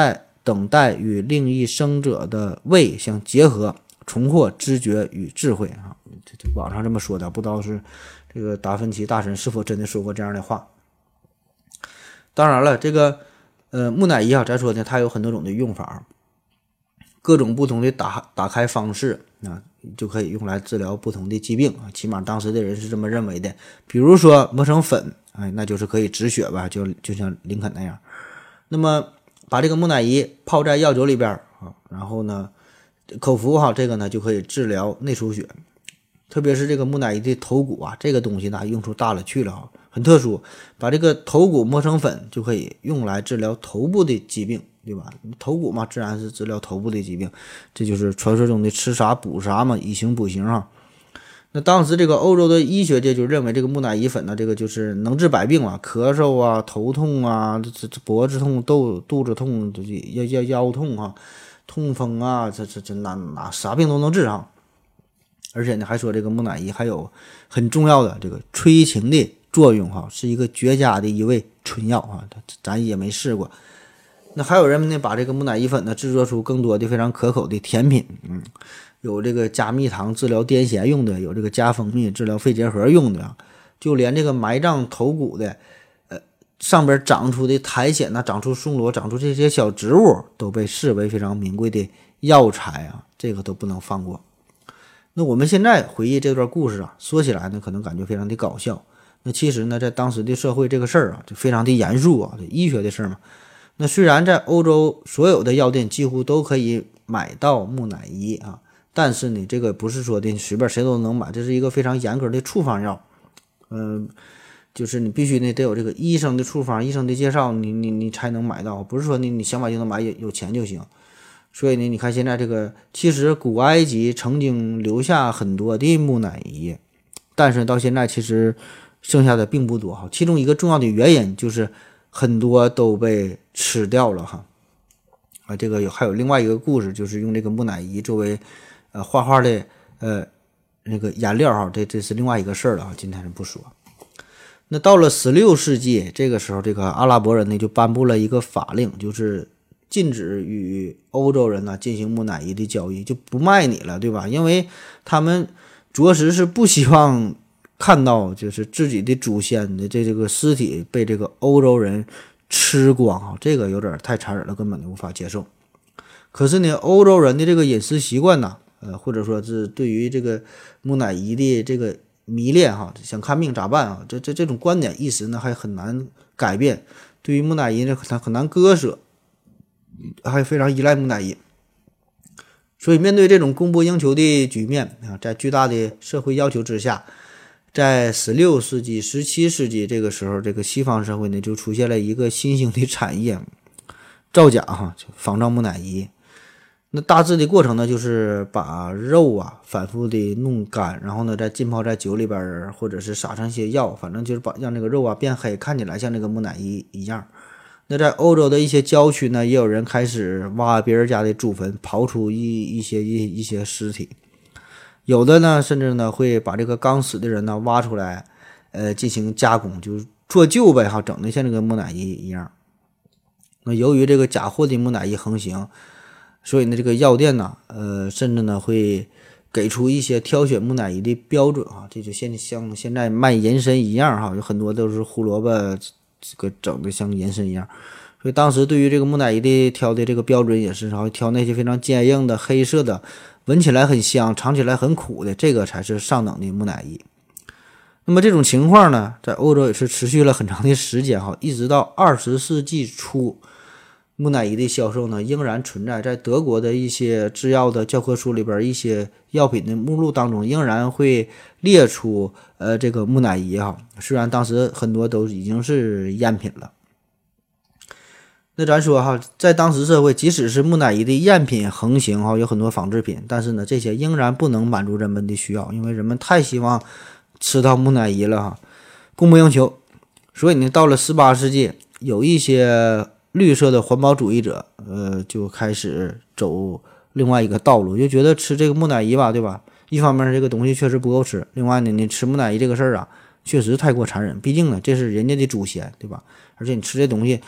等待与另一生者的胃相结合，重获知觉与智慧啊。这这网上这么说的，不知道是这个达芬奇大神是否真的说过这样的话。当然了，这个呃木乃伊啊，咱说呢，它有很多种的用法，各种不同的打打开方式啊，就可以用来治疗不同的疾病啊。起码当时的人是这么认为的。比如说磨成粉，哎，那就是可以止血吧，就就像林肯那样。那么把这个木乃伊泡在药酒里边啊，然后呢口服哈，这个呢就可以治疗内出血。特别是这个木乃伊的头骨啊，这个东西呢用处大了去了啊，很特殊。把这个头骨磨成粉，就可以用来治疗头部的疾病，对吧？头骨嘛，自然是治疗头部的疾病，这就是传说中的吃啥补啥嘛，以形补形啊。那当时这个欧洲的医学界就认为这个木乃伊粉呢，这个就是能治百病啊，咳嗽啊、头痛啊、这这脖子痛、肚肚子痛、这腰腰腰痛啊、痛风啊，这这这哪哪啥病都能治啊。而且呢，还说这个木乃伊还有很重要的这个催情的作用哈，是一个绝佳的一味春药啊，咱也没试过。那还有人呢，把这个木乃伊粉呢制作出更多的非常可口的甜品，嗯，有这个加蜜糖治疗癫痫用的，有这个加蜂蜜治疗肺结核用的啊，就连这个埋葬头骨的，呃，上边长出的苔藓呐，长出松萝，长出这些小植物，都被视为非常名贵的药材啊，这个都不能放过。那我们现在回忆这段故事啊，说起来呢，可能感觉非常的搞笑。那其实呢，在当时的社会，这个事儿啊，就非常的严肃啊，这医学的事儿嘛。那虽然在欧洲所有的药店几乎都可以买到木乃伊啊，但是呢，这个不是说的随便谁都能买，这是一个非常严格的处方药。嗯、呃，就是你必须呢得有这个医生的处方、医生的介绍，你你你才能买到，不是说你你想买就能买，有有钱就行。所以呢，你看现在这个，其实古埃及曾经留下很多的木乃伊，但是到现在其实剩下的并不多哈。其中一个重要的原因就是很多都被吃掉了哈。啊，这个有还有另外一个故事，就是用这个木乃伊作为呃画画的呃那个颜料哈，这这是另外一个事儿了哈，今天是不说。那到了十六世纪，这个时候这个阿拉伯人呢就颁布了一个法令，就是禁止与欧洲人呢进行木乃伊的交易，就不卖你了，对吧？因为他们着实是不希望看到就是自己的祖先的这这个尸体被这个欧洲人吃光啊，这个有点太残忍了，根本就无法接受。可是呢，欧洲人的这个饮食习惯呢，呃，或者说是对于这个木乃伊的这个迷恋哈，想看病咋办啊？这这这种观点一时呢还很难改变，对于木乃伊呢很很难割舍。还非常依赖木乃伊，所以面对这种供不应求的局面啊，在巨大的社会要求之下，在十六世纪、十七世纪这个时候，这个西方社会呢就出现了一个新兴的产业——造假哈，仿造木乃伊。那大致的过程呢，就是把肉啊反复的弄干，然后呢再浸泡在酒里边，或者是撒上一些药，反正就是把让这个肉啊变黑，看起来像这个木乃伊一样。那在欧洲的一些郊区呢，也有人开始挖别人家的祖坟，刨出一一些一一些尸体。有的呢，甚至呢会把这个刚死的人呢挖出来，呃，进行加工，就是做旧呗哈，整的像这个木乃伊一样。那由于这个假货的木乃伊横行，所以呢，这个药店呢，呃，甚至呢会给出一些挑选木乃伊的标准啊，这就现像现在卖人参一样哈，有很多都是胡萝卜。这个整的像人参一样，所以当时对于这个木乃伊的挑的这个标准也是，然后挑那些非常坚硬的、黑色的，闻起来很香、尝起来很苦的，这个才是上等的木乃伊。那么这种情况呢，在欧洲也是持续了很长的时间哈，一直到二十世纪初，木乃伊的销售呢仍然存在，在德国的一些制药的教科书里边，一些药品的目录当中仍然会列出呃这个木乃伊哈，虽然当时很多都已经是赝品了。那咱说哈，在当时社会，即使是木乃伊的赝品横行哈，有很多仿制品，但是呢，这些仍然不能满足人们的需要，因为人们太希望吃到木乃伊了哈，供不应求。所以呢，到了十八世纪，有一些绿色的环保主义者，呃，就开始走另外一个道路，就觉得吃这个木乃伊吧，对吧？一方面这个东西确实不够吃，另外呢，你吃木乃伊这个事儿啊，确实太过残忍。毕竟呢，这是人家的祖先，对吧？而且你吃这东西，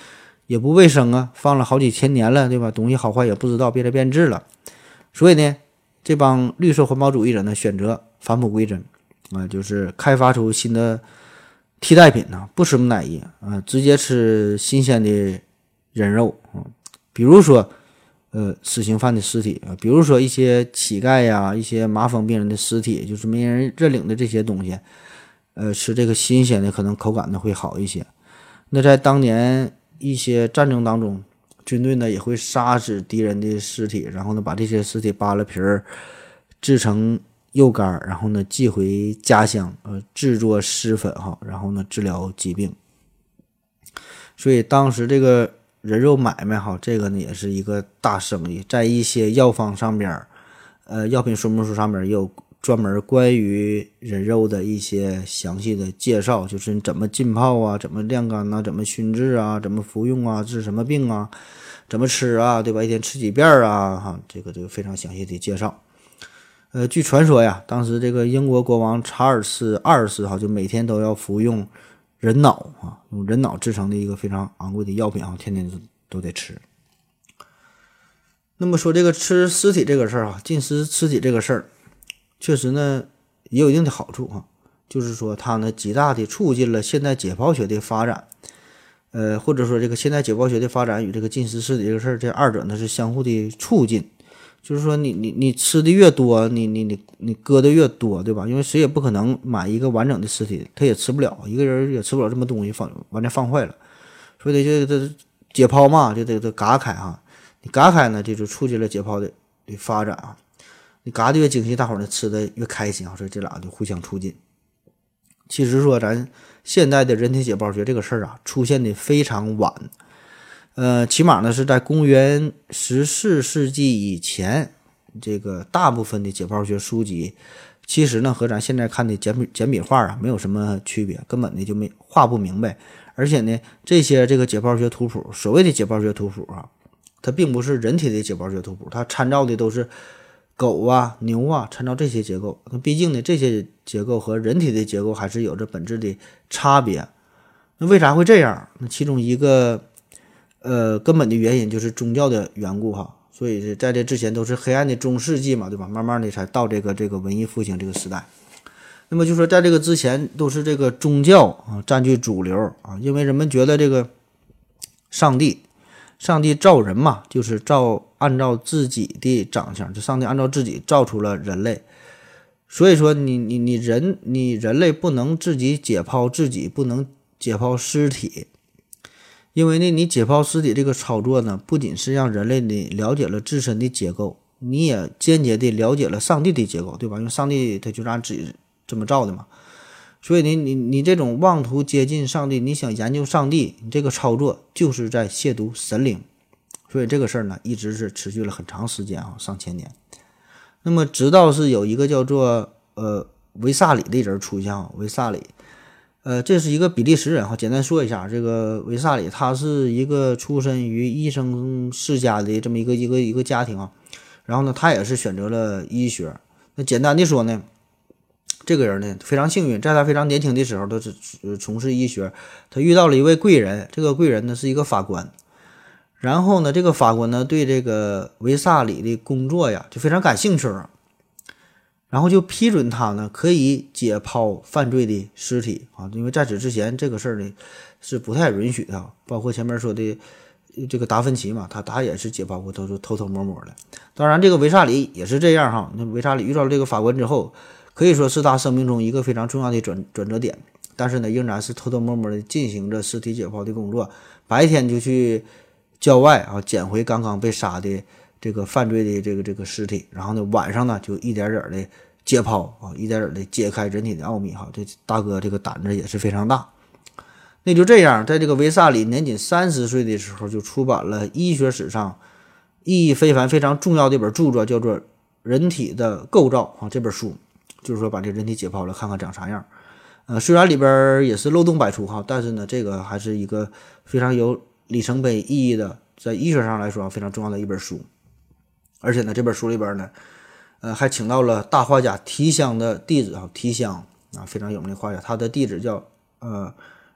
也不卫生啊，放了好几千年了，对吧？东西好坏也不知道，变来变质了。所以呢，这帮绿色环保主义者呢，选择返璞归真啊、呃，就是开发出新的替代品呢，不吃木乃伊啊、呃，直接吃新鲜的人肉啊、呃，比如说呃死刑犯的尸体啊、呃，比如说一些乞丐呀、一些麻风病人的尸体，就是没人认领的这些东西，呃，吃这个新鲜的可能口感呢会好一些。那在当年一些战争当中，军队呢也会杀死敌人的尸体，然后呢把这些尸体扒了皮儿，制成肉干，然后呢寄回家乡，呃，制作尸粉哈，然后呢治疗疾病。所以当时这个人肉买卖哈，这个呢也是一个大生意，在一些药方上边，呃，药品说明书上面也有专门关于人肉的一些详细的介绍，就是你怎么浸泡啊，怎么晾干啊，怎么熏制啊，怎么服用啊，治什么病啊，怎么吃啊，对吧？一天吃几遍啊，哈，这个这个非常详细的介绍。呃，据传说呀，当时这个英国国王查尔斯二世哈，就每天都要服用人脑啊，用人脑制成的一个非常昂贵的药品啊，天天都都得吃。那么说这个吃尸体这个事儿啊，进食尸体这个事儿，确实呢也有一定的好处哈，就是说它呢极大的促进了现代解剖学的发展，呃，或者说这个现代解剖学的发展与这个进食尸体这个事儿，这二者呢是相互的促进。就是说你你你吃的越多，你你你你割的越多，对吧？因为谁也不可能买一个完整的尸体，他也吃不了，一个人也吃不了这么东西，放完全放坏了，所以得这解剖嘛，就得得嘎开哈。你嘎开呢，这就促进了解剖的的发展啊。你嘎的越精细，大伙儿呢吃的越开心啊，所以这俩就互相促进。其实说咱现代的人体解剖学这个事儿啊，出现的非常晚。呃，起码呢是在公元十四世纪以前，这个大部分的解剖学书籍，其实呢和咱现在看的简笔简笔画啊没有什么区别，根本呢就没画不明白。而且呢，这些这个解剖学图谱，所谓的解剖学图谱啊，它并不是人体的解剖学图谱，它参照的都是狗啊、牛啊，参照这些结构。那毕竟呢，这些结构和人体的结构还是有着本质的差别。那为啥会这样？那其中一个呃，根本的原因就是宗教的缘故哈，所以在这之前都是黑暗的中世纪嘛，对吧？慢慢的才到这个这个文艺复兴这个时代。那么就说在这个之前都是这个宗教啊占据主流啊，因为人们觉得这个上帝，上帝造人嘛，就是照按照自己的长相，就上帝按照自己造出了人类，所以说你你你人你人类不能自己解剖自己，不能解剖尸体。因为呢，你解剖尸体这个操作呢，不仅是让人类呢了解了自身的结构，你也间接的了解了上帝的结构，对吧？因为上帝他就是按自己这么造的嘛。所以你你你这种妄图接近上帝，你想研究上帝，你这个操作就是在亵渎神灵。所以这个事儿呢，一直是持续了很长时间啊，上千年。那么直到是有一个叫做呃维萨里的人出现啊，维萨里。呃，这是一个比利时人哈，简单说一下，这个维萨里他是一个出身于医生世家的这么一个一个一个家庭啊，然后呢，他也是选择了医学。那简单的说呢，这个人呢非常幸运，在他非常年轻的时候，他是从事医学，他遇到了一位贵人，这个贵人呢是一个法官，然后呢，这个法官呢对这个维萨里的工作呀就非常感兴趣啊。然后就批准他呢可以解剖犯罪的尸体啊，因为在此之前这个事儿呢是不太允许的，包括前面说的这个达芬奇嘛，他他也是解剖过，都是偷偷摸摸的。当然这个维萨里也是这样哈，那维萨里遇到了这个法官之后，可以说是他生命中一个非常重要的转转折点，但是呢仍然是偷偷摸摸的进行着尸体解剖的工作，白天就去郊外啊捡回刚刚被杀的这个犯罪的这个这个尸体，然后呢晚上呢就一点点的解剖啊，一点点的揭开人体的奥秘哈。这大哥这个胆子也是非常大。那就这样，在这个维萨里年仅三十岁的时候，就出版了医学史上意义非凡、非常重要的一本著作，叫做《人体的构造》啊。这本书就是说把这人体解剖了，看看长啥样。呃，虽然里边也是漏洞百出哈，但是呢，这个还是一个非常有里程碑意义的，在医学上来说非常重要的一本书。而且呢，这本书里边呢，呃，还请到了大画家提香的弟子啊，提香啊，非常有名的画家，他的弟子叫呃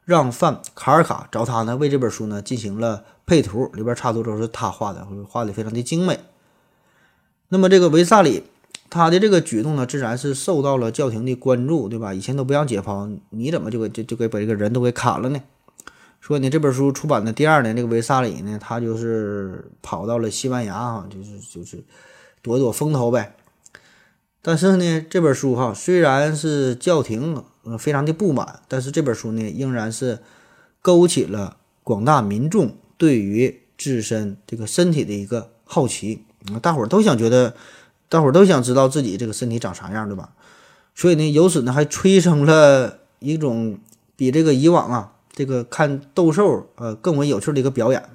让范卡尔卡找他呢为这本书呢进行了配图，里边插图都是他画的，画的非常的精美。那么这个维萨里他的这个举动呢，自然是受到了教廷的关注，对吧？以前都不让解剖，你怎么就给就就给把这个人都给砍了呢？所以呢，这本书出版的第二年，这个维萨里呢，他就是跑到了西班牙哈，就是就是躲躲风头呗。但是呢，这本书哈，虽然是教廷呃非常的不满，但是这本书呢，仍然是勾起了广大民众对于自身这个身体的一个好奇。大伙儿都想觉得，大伙儿都想知道自己这个身体长啥样，对吧？所以呢，由此呢，还催生了一种比这个以往啊，这个看斗兽呃更为有趣的一个表演，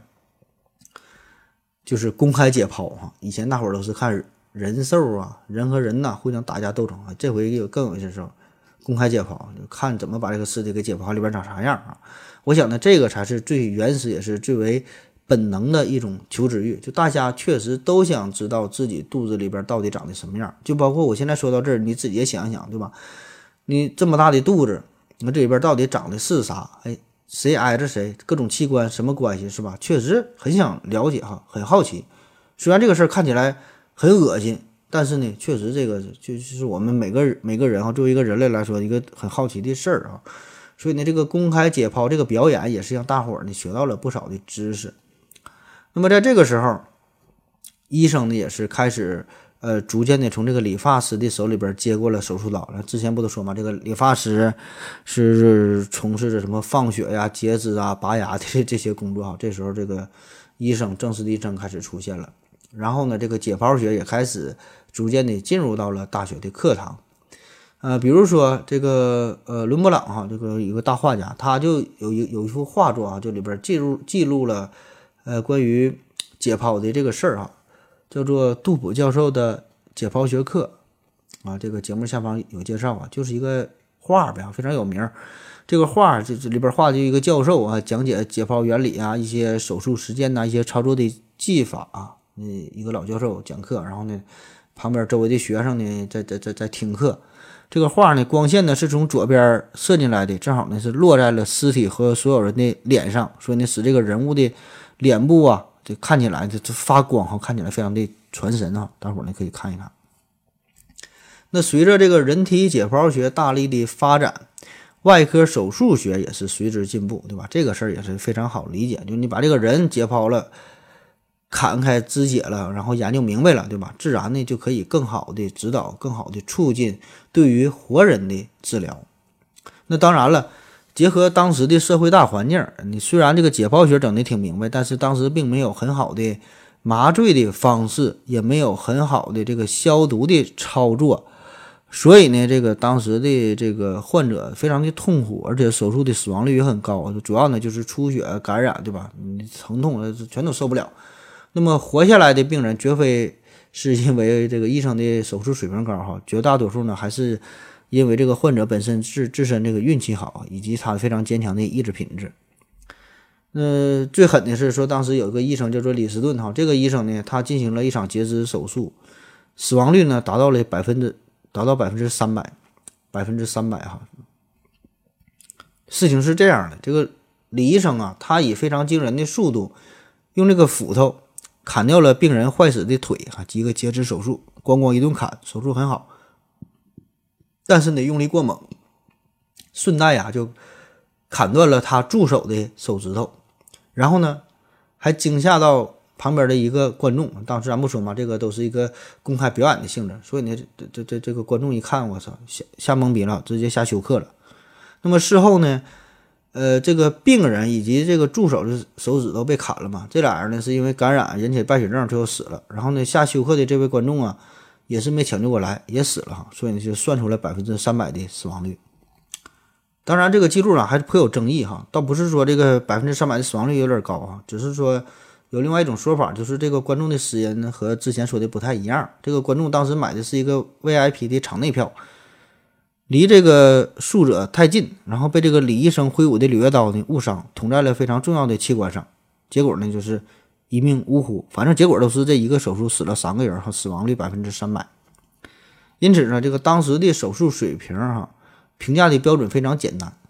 就是公开解剖哈。以前大伙儿都是看人兽啊，人和人呐、啊、互相打架斗争啊，这回有更有意思，公开解剖，就看怎么把这个尸体给解剖，里边长啥样啊。我想呢，这个才是最原始也是最为本能的一种求知欲，就大家确实都想知道自己肚子里边到底长得什么样。就包括我现在说到这儿，你自己也想一想，对吧？你这么大的肚子，那这里边到底长的是啥？哎，谁挨着谁，各种器官什么关系，是吧？确实很想了解哈，很好奇。虽然这个事儿看起来很恶心，但是呢，确实这个就是我们每个每个人哈，作为一个人类来说，一个很好奇的事儿啊。所以呢，这个公开解剖这个表演也是让大伙儿呢学到了不少的知识。那么在这个时候，医生呢也是开始呃逐渐的从这个理发师的手里边接过了手术刀了。之前不都说嘛，这个理发师是从事着什么放血呀、截肢啊、拔牙的这些工作啊。这时候这个医生正式的医生开始出现了。然后呢，这个解剖学也开始逐渐的进入到了大学的课堂。呃，比如说这个呃伦勃朗哈，这个一个大画家，他就有一有一幅画作啊，就里边记录记录了呃关于解剖的这个事儿哈，叫做杜普教授的解剖学课啊。这个节目下方有介绍啊，就是一个画呗，非常有名。这个画这这里边画的一个教授啊，讲解解剖原理啊，一些手术实践呐、啊，一些操作的技法啊。嗯，一个老教授讲课，然后呢，旁边周围的学生呢在在在在听课。这个画呢，光线呢是从左边射进来的，正好呢是落在了尸体和所有人的脸上，所以呢使这个人物的脸部啊，就看起来就就发光哈，看起来非常的传神哈。大伙儿呢可以看一看。那随着这个人体解剖学大力的发展，外科手术学也是随之进步，对吧？这个事儿也是非常好理解，就你把这个人解剖了。砍开肢解了，然后研究明白了，对吧？自然呢就可以更好的指导，更好的促进对于活人的治疗。那当然了，结合当时的社会大环境，你虽然这个解剖学整的挺明白，但是当时并没有很好的麻醉的方式，也没有很好的这个消毒的操作，所以呢，这个当时的这个患者非常的痛苦，而且手术的死亡率也很高，主要呢就是出血、感染，对吧？你疼痛全都受不了。那么活下来的病人绝非是因为这个医生的手术水平高哈，绝大多数呢还是因为这个患者本身自自身这个运气好，以及他非常坚强的意志品质。呃，最狠的是说，当时有一个医生叫做李斯顿哈，这个医生呢，他进行了一场截肢手术，死亡率呢达到了百分之达到百分之三百，百分之三百哈。事情是这样的，这个李医生啊，他以非常惊人的速度，用这个斧头。砍掉了病人坏死的腿哈，一个截肢手术，咣咣一顿砍，手术很好，但是呢用力过猛，顺带呀就砍断了他助手的手指头，然后呢还惊吓到旁边的一个观众。当时咱不说嘛，这个都是一个公开表演的性质，所以呢这这这这个观众一看，我操，吓吓懵逼了，直接吓休克了。那么事后呢？呃，这个病人以及这个助手的手指都被砍了嘛，这俩人呢是因为感染引起败血症，最后死了。然后呢，下休克的这位观众啊，也是没抢救过来，也死了哈。所以呢，就算出了百分之三百的死亡率。当然，这个记录啊还是颇有争议哈，倒不是说这个百分之三百的死亡率有点高啊，只是说有另外一种说法，就是这个观众的死因和之前说的不太一样。这个观众当时买的是一个 V I P 的场内票。离这个术者太近，然后被这个李医生挥舞的柳叶刀呢误伤，捅在了非常重要的器官上，结果呢就是一命呜呼。反正结果都是这一个手术死了三个人哈，死亡率百分之三百。因此呢，这个当时的手术水平哈，评价的标准非常简单，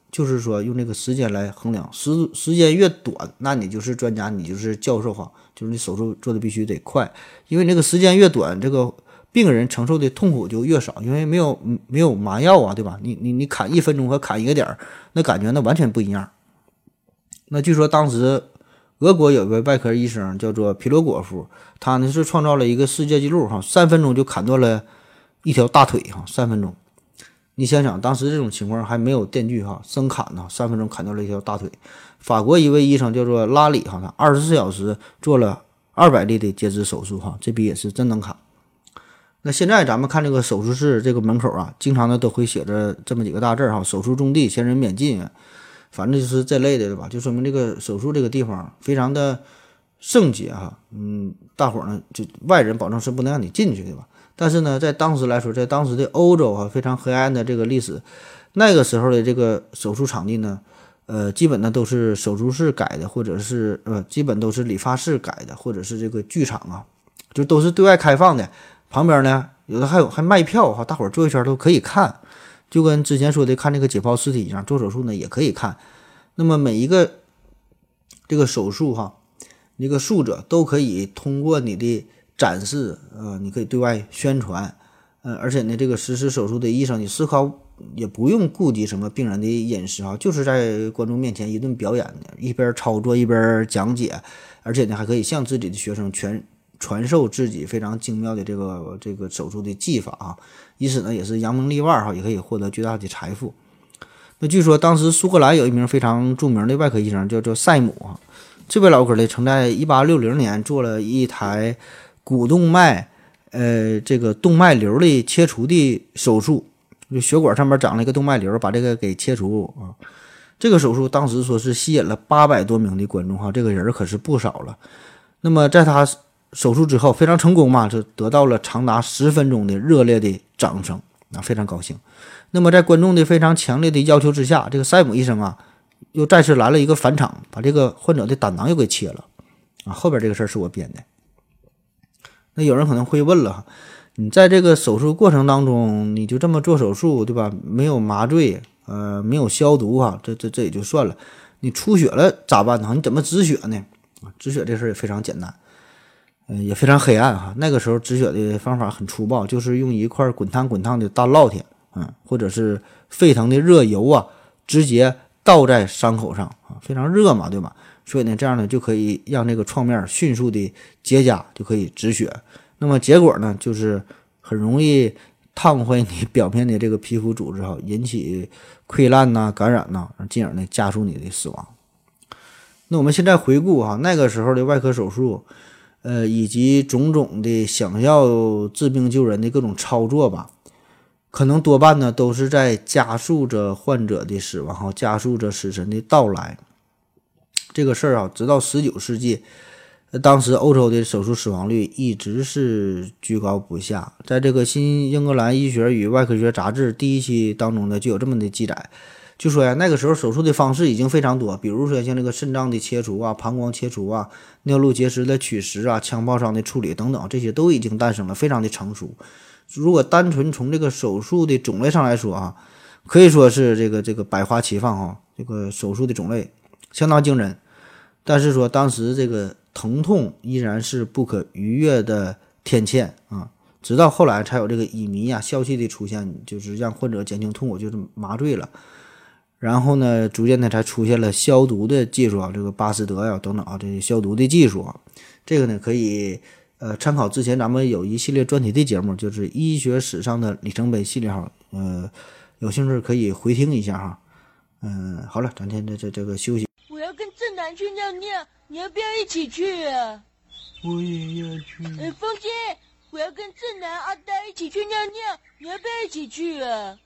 就是说用这个时间来衡量，时时间越短，那你就是专家，你就是教授哈，就是你手术做的必须得快，因为这个时间越短，这个病人承受的痛苦就越少，因为没有没有麻药啊，对吧？你你你砍一分钟和砍一个点儿，那感觉那完全不一样。那据说当时俄国有一位外科医生叫做皮罗果夫，他呢是创造了一个世界纪录哈，三分钟就砍断了一条大腿哈，三分钟。你想想，当时这种情况还没有电锯哈，生砍呢，三分钟砍断了一条大腿。法国一位医生叫做拉里哈，他二十四小时做了二百例的截肢手术哈，这笔也是真能砍。那现在咱们看这个手术室这个门口啊，经常的都会写着这么几个大字哈，手术中地，前人免进，反正就是这类的对吧？就说明这个手术这个地方非常的圣洁哈，嗯，大伙儿呢就外人保证是不能让你进去对吧？但是呢，在当时来说，在当时的欧洲啊，非常黑暗的这个历史，那个时候的这个手术场地呢，呃，基本呢都是手术室改的，或者是呃，基本都是理发室改的，或者是这个剧场啊，就都是对外开放的。旁边呢，有的还有还卖票哈，大伙儿坐一圈都可以看，就跟之前说的看这个解剖尸体一样，做手术呢也可以看。那么每一个这个手术哈，这个术者都可以通过你的展示，呃，你可以对外宣传，呃，而且呢，这个实施手术的医生，你思考也不用顾及什么病人的饮食啊，就是在观众面前一顿表演，一边操作一边讲解，而且呢，还可以向自己的学生全传授自己非常精妙的这个这个手术的技法啊，以此呢也是扬名立万哈，也可以获得巨大的财富。那据说当时苏格兰有一名非常著名的外科医生叫做塞姆啊，这位老哥呢曾在一八六零年做了一台股动脉，呃，这个动脉瘤的切除的手术，就血管上面长了一个动脉瘤，把这个给切除啊。这个手术当时说是吸引了八百多名的观众哈，这个人可是不少了。那么在他手术之后非常成功嘛，就得到了长达十分钟的热烈的掌声啊，非常高兴。那么在观众的非常强烈的要求之下，这个塞姆医生啊，又再次来了一个返场，把这个患者的胆囊又给切了啊。后边这个事儿是我编的。那有人可能会问了，你在这个手术过程当中，你就这么做手术，对吧？没有麻醉，呃，没有消毒啊，这这这也就算了，你出血了咋办呢？你怎么止血呢？啊，止血这事儿也非常简单，嗯、呃，也非常黑暗哈。那个时候止血的方法很粗暴，就是用一块滚烫滚烫的大烙铁，嗯，或者是沸腾的热油啊，直接倒在伤口上啊，非常热嘛，对吧？所以呢，这样呢就可以让这个创面迅速的结痂，就可以止血。那么结果呢，就是很容易烫坏你表面的这个皮肤组织哈，引起溃烂呐、感染呐，进而呢加速你的死亡。那我们现在回顾哈，那个时候的外科手术，呃，以及种种的想要治病救人的各种操作吧，可能多半呢都是在加速着患者的死亡哈，加速着死神的到来。这个事儿啊，直到十九世纪，当时欧洲的手术死亡率一直是居高不下。在这个新英格兰医学与外科学杂志第一期当中呢，就有这么的记载，就说呀，那个时候手术的方式已经非常多，比如说像这个肾脏的切除啊、膀胱切除啊、尿路结石的取石啊、腔爆伤的处理等等，这些都已经诞生了，非常的成熟。如果单纯从这个手术的种类上来说啊，可以说是这个这个百花齐放哈，这个手术的种类相当惊人。但是说当时这个疼痛依然是不可逾越的天堑啊，直到后来才有这个乙醚啊、笑气的出现，就是让患者减轻痛苦，就是麻醉了。然后呢，逐渐的才出现了消毒的技术啊，这个巴斯德呀等等啊，这些消毒的技术啊，这个呢可以呃参考之前咱们有一系列专题的节目，就是医学史上的里程碑系列哈，呃，有兴趣可以回听一下哈。嗯、呃，好了，咱现在这这个休息。 我要跟正南去尿尿，你要不要一起去啊？ 我也要去。 呃，风姐，我要跟正南、阿呆一起去尿尿，你要不要一起去啊？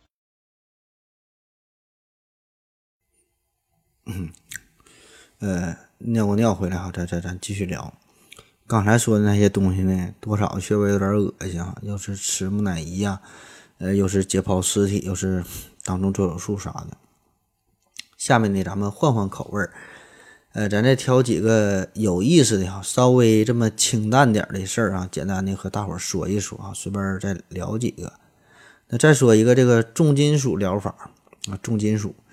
嗯，呃，尿过尿回来哈，咱咱咱继续聊。刚才说的那些东西呢，多少稍微有点恶心啊，又是吃木乃伊呀、啊，呃，又是解剖尸体，又是当中做手术啥的。下面呢，咱们换换口味儿，呃，咱再挑几个有意思的哈，稍微这么清淡点的事儿啊，简单的和大伙儿说一说啊，随便再聊几个。那再说一个这个重金属疗法啊，重金属，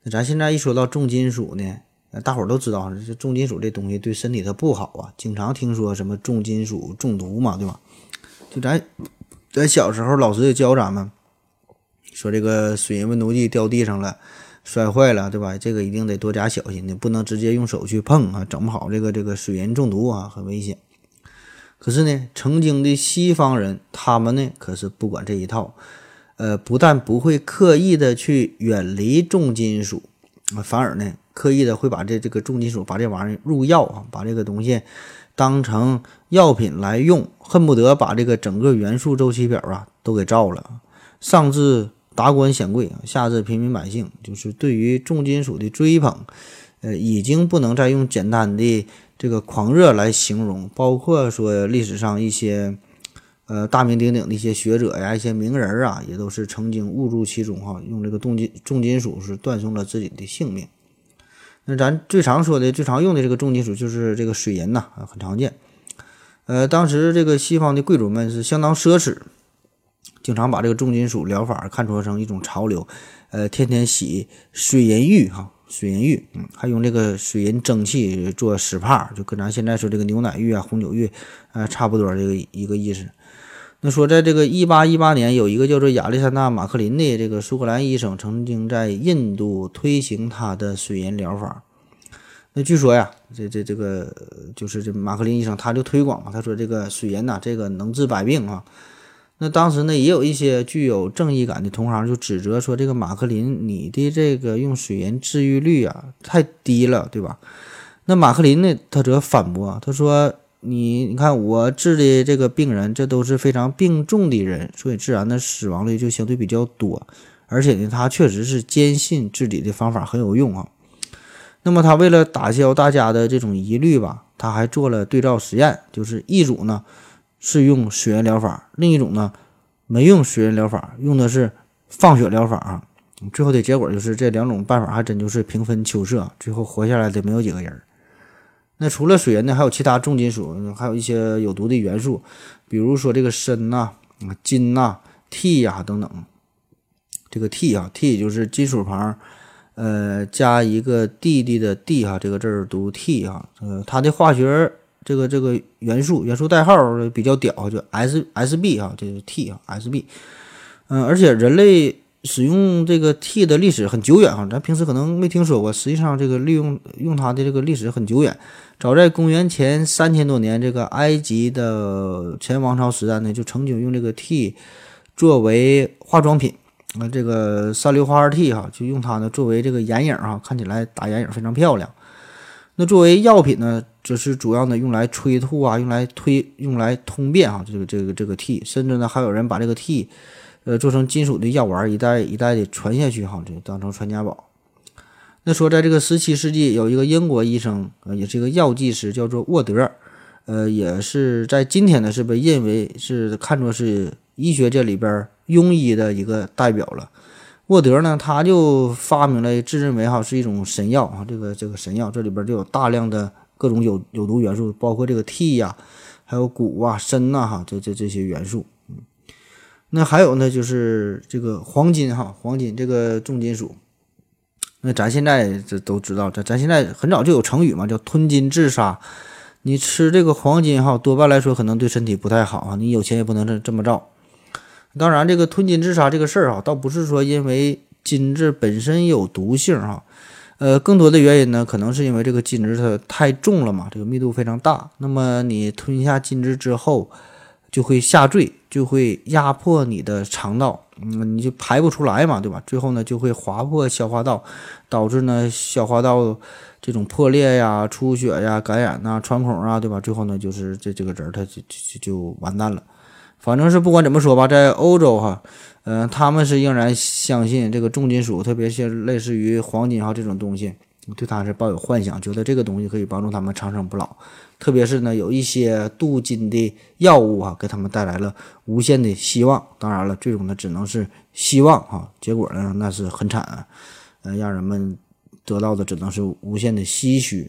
那咱现在一说到重金属呢，大伙儿都知道这重金属这东西对身体它不好啊，经常听说什么重金属中毒嘛，对吧？就咱咱小时候老师也教咱们说，这个水银温度计掉地上了，摔坏了，对吧？这个一定得多加小心的，不能直接用手去碰啊，整不好这个这个水银中毒啊，很危险。可是呢，曾经的西方人他们呢可是不管这一套，呃，不但不会刻意的去远离重金属，反而呢刻意的会把这这个重金属把这玩意儿入药啊，把这个东西当成药品来用，恨不得把这个整个元素周期表啊都给造了，上至达官显贵，下至平民百姓，就是对于重金属的追捧，呃，已经不能再用简单的这个狂热来形容，包括说历史上一些呃大名鼎鼎的一些学者呀，一些名人啊，也都是曾经误入其中哈，用这个重金重金属是断送了自己的性命。那咱最常说的、最常用的这个重金属就是这个水银呐、啊，很常见。呃，当时这个西方的贵族们是相当奢侈，经常把这个重金属疗法看作成一种潮流，呃，天天洗水银浴哈。水银浴，嗯，还用这个水银蒸汽做湿帕，就跟咱现在说这个牛奶浴啊、红酒浴，呃，差不多这个一个意思。那说在这个一八一八年，有一个叫做亚历山大·马克林的这个苏格兰医生，曾经在印度推行他的水银疗法。那据说呀，这这这个就是这马克林医生他就推广嘛，他说这个水银呐、啊，这个能治百病啊。那当时呢，也有一些具有正义感的同行就指责说，这个马克林你的这个用水银治愈率啊太低了，对吧？那马克林呢，他则反驳，他说你你看我治的这个病人，这都是非常病重的人，所以自然的死亡率就相对比较多，而且呢，他确实是坚信自己的方法很有用啊。那么他为了打消大家的这种疑虑吧，他还做了对照实验，就是一组呢是用水银疗法，另一种呢没用水银疗法，用的是放血疗法啊。最后的结果就是这两种办法还真就是平分秋色，最后活下来的没有几个人。那除了水银呢，还有其他重金属，还有一些有毒的元素，比如说这个砷呐、啊、金呐、啊、锑呀、啊、等等。这个锑啊 ，T 就是金属旁，呃，加一个弟弟的弟哈，这个字儿读 T 哈，呃，它的化学。这个这个元素元素代号比较屌，就 S S B 啊，这是 T 啊 S B， 嗯，而且人类使用这个 T 的历史很久远哈，咱平时可能没听说过，实际上这个利用用它的这个历史很久远，早在公元前三千多年，这个埃及的前王朝时代呢，就曾经用这个 T 作为化妆品，啊，这个三硫化二 T 哈，就用它呢作为这个眼影哈，看起来打眼影非常漂亮。那作为药品呢，这是主要呢用来催吐啊，用来推，用来通便啊，这个这个这个 T， 甚至呢还有人把这个 T， 呃做成金属的药丸，一代一代的传下去哈，这当成传家宝。那说在这个十七世纪，有一个英国医生，呃，也是一个药剂师，叫做沃德，呃，也是在今天呢是被认为是看作是医学界里边庸医的一个代表了。沃德呢，他就发明了自认为哈是一种神药啊，这个这个神药这里边就有大量的各种有有毒元素，包括这个 T 呀、啊，还有钴啊、砷呐哈，这这这些元素。嗯，那还有呢，就是这个黄金哈，黄金这个重金属。那咱现在这都知道，咱咱现在很早就有成语嘛，叫吞金自杀。你吃这个黄金哈，多半来说可能对身体不太好啊，你有钱也不能这这么造。当然，这个吞金自杀这个事儿啊，倒不是说因为金子本身有毒性哈，呃，更多的原因呢，可能是因为这个金子它太重了嘛，这个密度非常大。那么你吞下金子之后，就会下坠，就会压迫你的肠道，嗯，你就排不出来嘛，对吧？最后呢，就会划破消化道，导致呢消化道这种破裂呀、出血呀、感染呐、穿孔啊，对吧？最后呢，就是这这个人他就就就完蛋了。反正是不管怎么说吧，在欧洲哈，呃，他们是仍然相信这个重金属，特别是类似于黄金哈这种东西，对他是抱有幻想，觉得这个东西可以帮助他们长生不老。特别是呢，有一些镀金的药物啊，给他们带来了无限的希望。当然了，最终呢，只能是希望哈，结果呢，那是很惨啊，呃，让人们得到的只能是无限的唏嘘。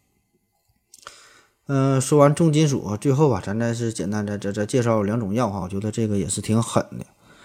嗯、呃，说完重金属，最后啊，咱再是简单再再再介绍两种药哈，我觉得这个也是挺狠的。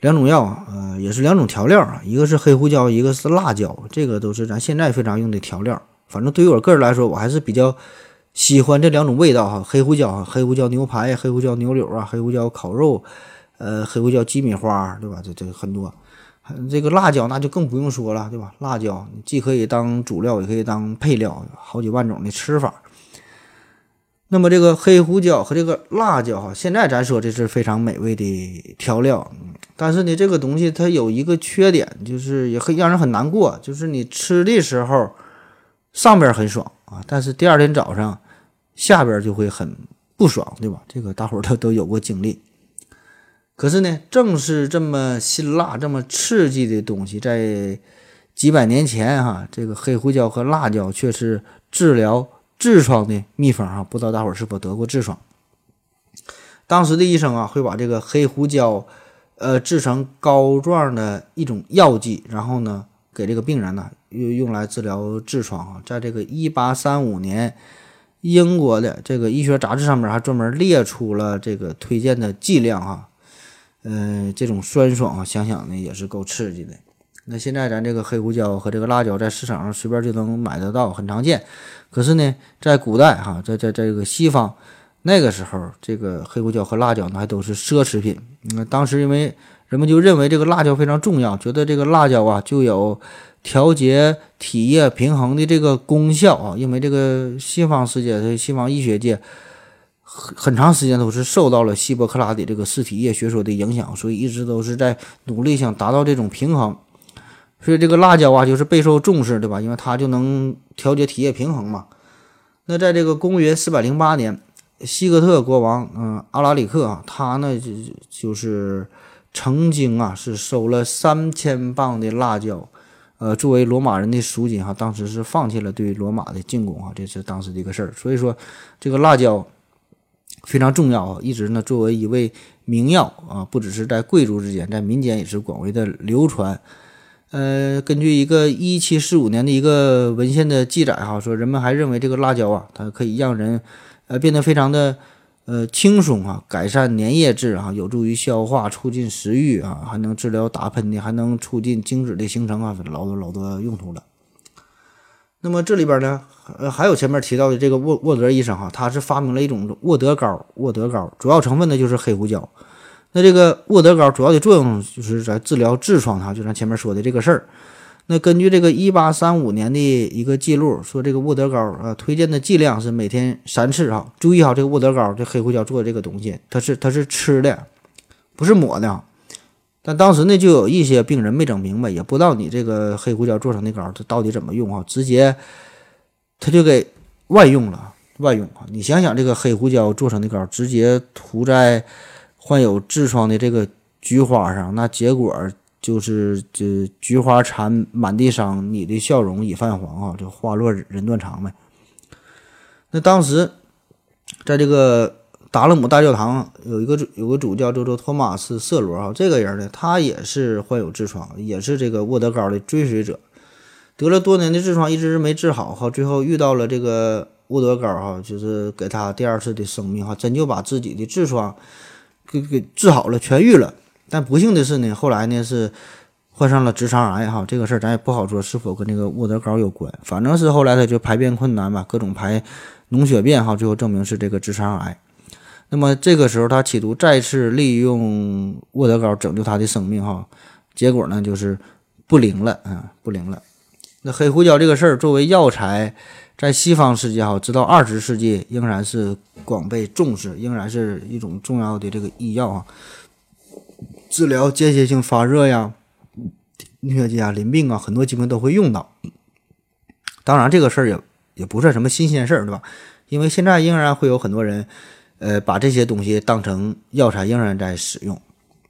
两种药啊，呃，也是两种调料啊，一个是黑胡椒，一个是辣椒，这个都是咱现在非常用的调料。反正对于我个人来说，我还是比较喜欢这两种味道哈，黑胡椒啊，黑胡椒牛排、黑胡椒牛柳啊，黑胡椒烤肉，呃，黑胡椒鸡米花，对吧？这这很多。这个辣椒那就更不用说了，对吧？辣椒既可以当主料，也可以当配料，好几万种的吃法。那么这个黑胡椒和这个辣椒哈，现在咱说这是非常美味的调料，但是呢，这个东西它有一个缺点，就是也很让人很难过，就是你吃的时候上边很爽啊，但是第二天早上下边就会很不爽，对吧？这个大伙儿都都有过经历。可是呢，正是这么辛辣、这么刺激的东西，在几百年前哈，这个黑胡椒和辣椒却是治疗痔疮的秘方啊，不知道大伙儿是否得过痔疮？当时的医生啊，会把这个黑胡椒，呃，制成膏状的一种药剂，然后呢，给这个病人呢，用用来治疗痔疮啊。在这个一八三五年，英国的这个医学杂志上面还专门列出了这个推荐的剂量哈。呃，这种酸爽啊，想想呢也是够刺激的。那现在咱这个黑胡椒和这个辣椒在市场上随便就能买得到，很常见。可是呢，在古代哈，在在在这个西方，那个时候这个黑胡椒和辣椒呢还都是奢侈品。嗯，当时因为人们就认为这个辣椒非常重要，觉得这个辣椒啊就有调节体液平衡的这个功效啊。因为这个西方世界、西方医学界很很长时间都是受到了希波克拉底这个四体液学说的影响，所以一直都是在努力想达到这种平衡。所以这个辣椒啊，就是备受重视，对吧？因为它就能调节体液平衡嘛。那在这个公元四百零八年，西哥特国王，嗯、呃，阿拉里克啊，他呢就就是曾经啊是收了三千磅的辣椒，呃，作为罗马人的赎金哈，当时是放弃了对罗马的进攻啊，这是当时的一个事儿。所以说，这个辣椒非常重要啊，一直呢作为一味名药啊，不只是在贵族之间，在民间也是广为的流传。呃，根据一个一七四五年的一个文献的记载哈，说人们还认为这个辣椒啊，它可以让人呃变得非常的呃轻松啊，改善粘液质啊，有助于消化，促进食欲啊，还能治疗打喷嚏，还能促进精子的形成啊，老多老多用途了。那么这里边呢，呃，还有前面提到的这个沃沃德医生哈，他是发明了一种沃德膏，沃德膏主要成分呢就是黑胡椒。那这个沃德膏主要的作用就是在治疗痔疮哈，就咱前面说的这个事儿。那根据这个一八三五年的一个记录说，这个沃德膏啊推荐的剂量是每天三次哈。注意哈，这个沃德膏这黑胡椒做的这个东西，它是它是吃的，不是抹的。但当时呢，就有一些病人没整明白，也不知道你这个黑胡椒做成的膏它到底怎么用哈，直接他就给外用了，外用哈。你想想，这个黑胡椒做成的膏，直接涂在患有痔疮的这个菊花上，那结果就是这菊花残满地伤，你的笑容已泛黄啊，这花落人断肠呗。那当时在这个达勒姆大教堂有一个有个主教叫做托马斯·瑟罗啊，这个人呢，他也是患有痔疮，也是这个沃德膏的追随者，得了多年的痔疮一直没治好哈，最后遇到了这个沃德膏哈，就是给他第二次的生命哈，真就把自己的痔疮给给治好了，痊愈了。但不幸的是呢，后来呢是患上了直肠癌哈，这个事儿咱也不好说是否跟这个沃德膏有关，反正是后来他就排便困难吧，各种排脓血便哈，最后证明是这个直肠癌。那么这个时候他企图再次利用沃德膏拯救他的生命哈，结果呢就是不灵了啊，不灵了。那黑胡椒这个事儿作为药材，在西方世界哈，直到二十世纪仍然是广被重视，仍然是一种重要的这个医药啊，治疗间歇性发热呀、疟疾啊、淋病啊，很多疾病都会用到。当然，这个事儿也也不是什么新鲜事儿，对吧？因为现在仍然会有很多人，呃，把这些东西当成药材，仍然在使用。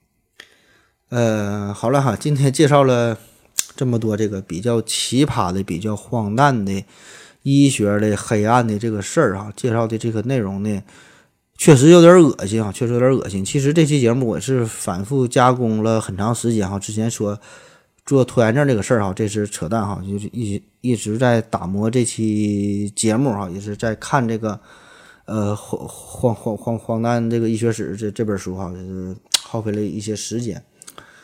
呃，好了哈，今天介绍了这么多这个比较奇葩的、比较荒诞的医学的黑暗的这个事儿哈，介绍的这个内容呢，确实有点恶心啊，确实有点恶心。其实这期节目我是反复加工了很长时间哈，之前说做拖延症这个事儿哈，这是扯淡哈，就是一一直在打磨这期节目哈，也是在看这个呃荒荒荒荒荒诞这个医学史这这本书哈，就是耗费了一些时间。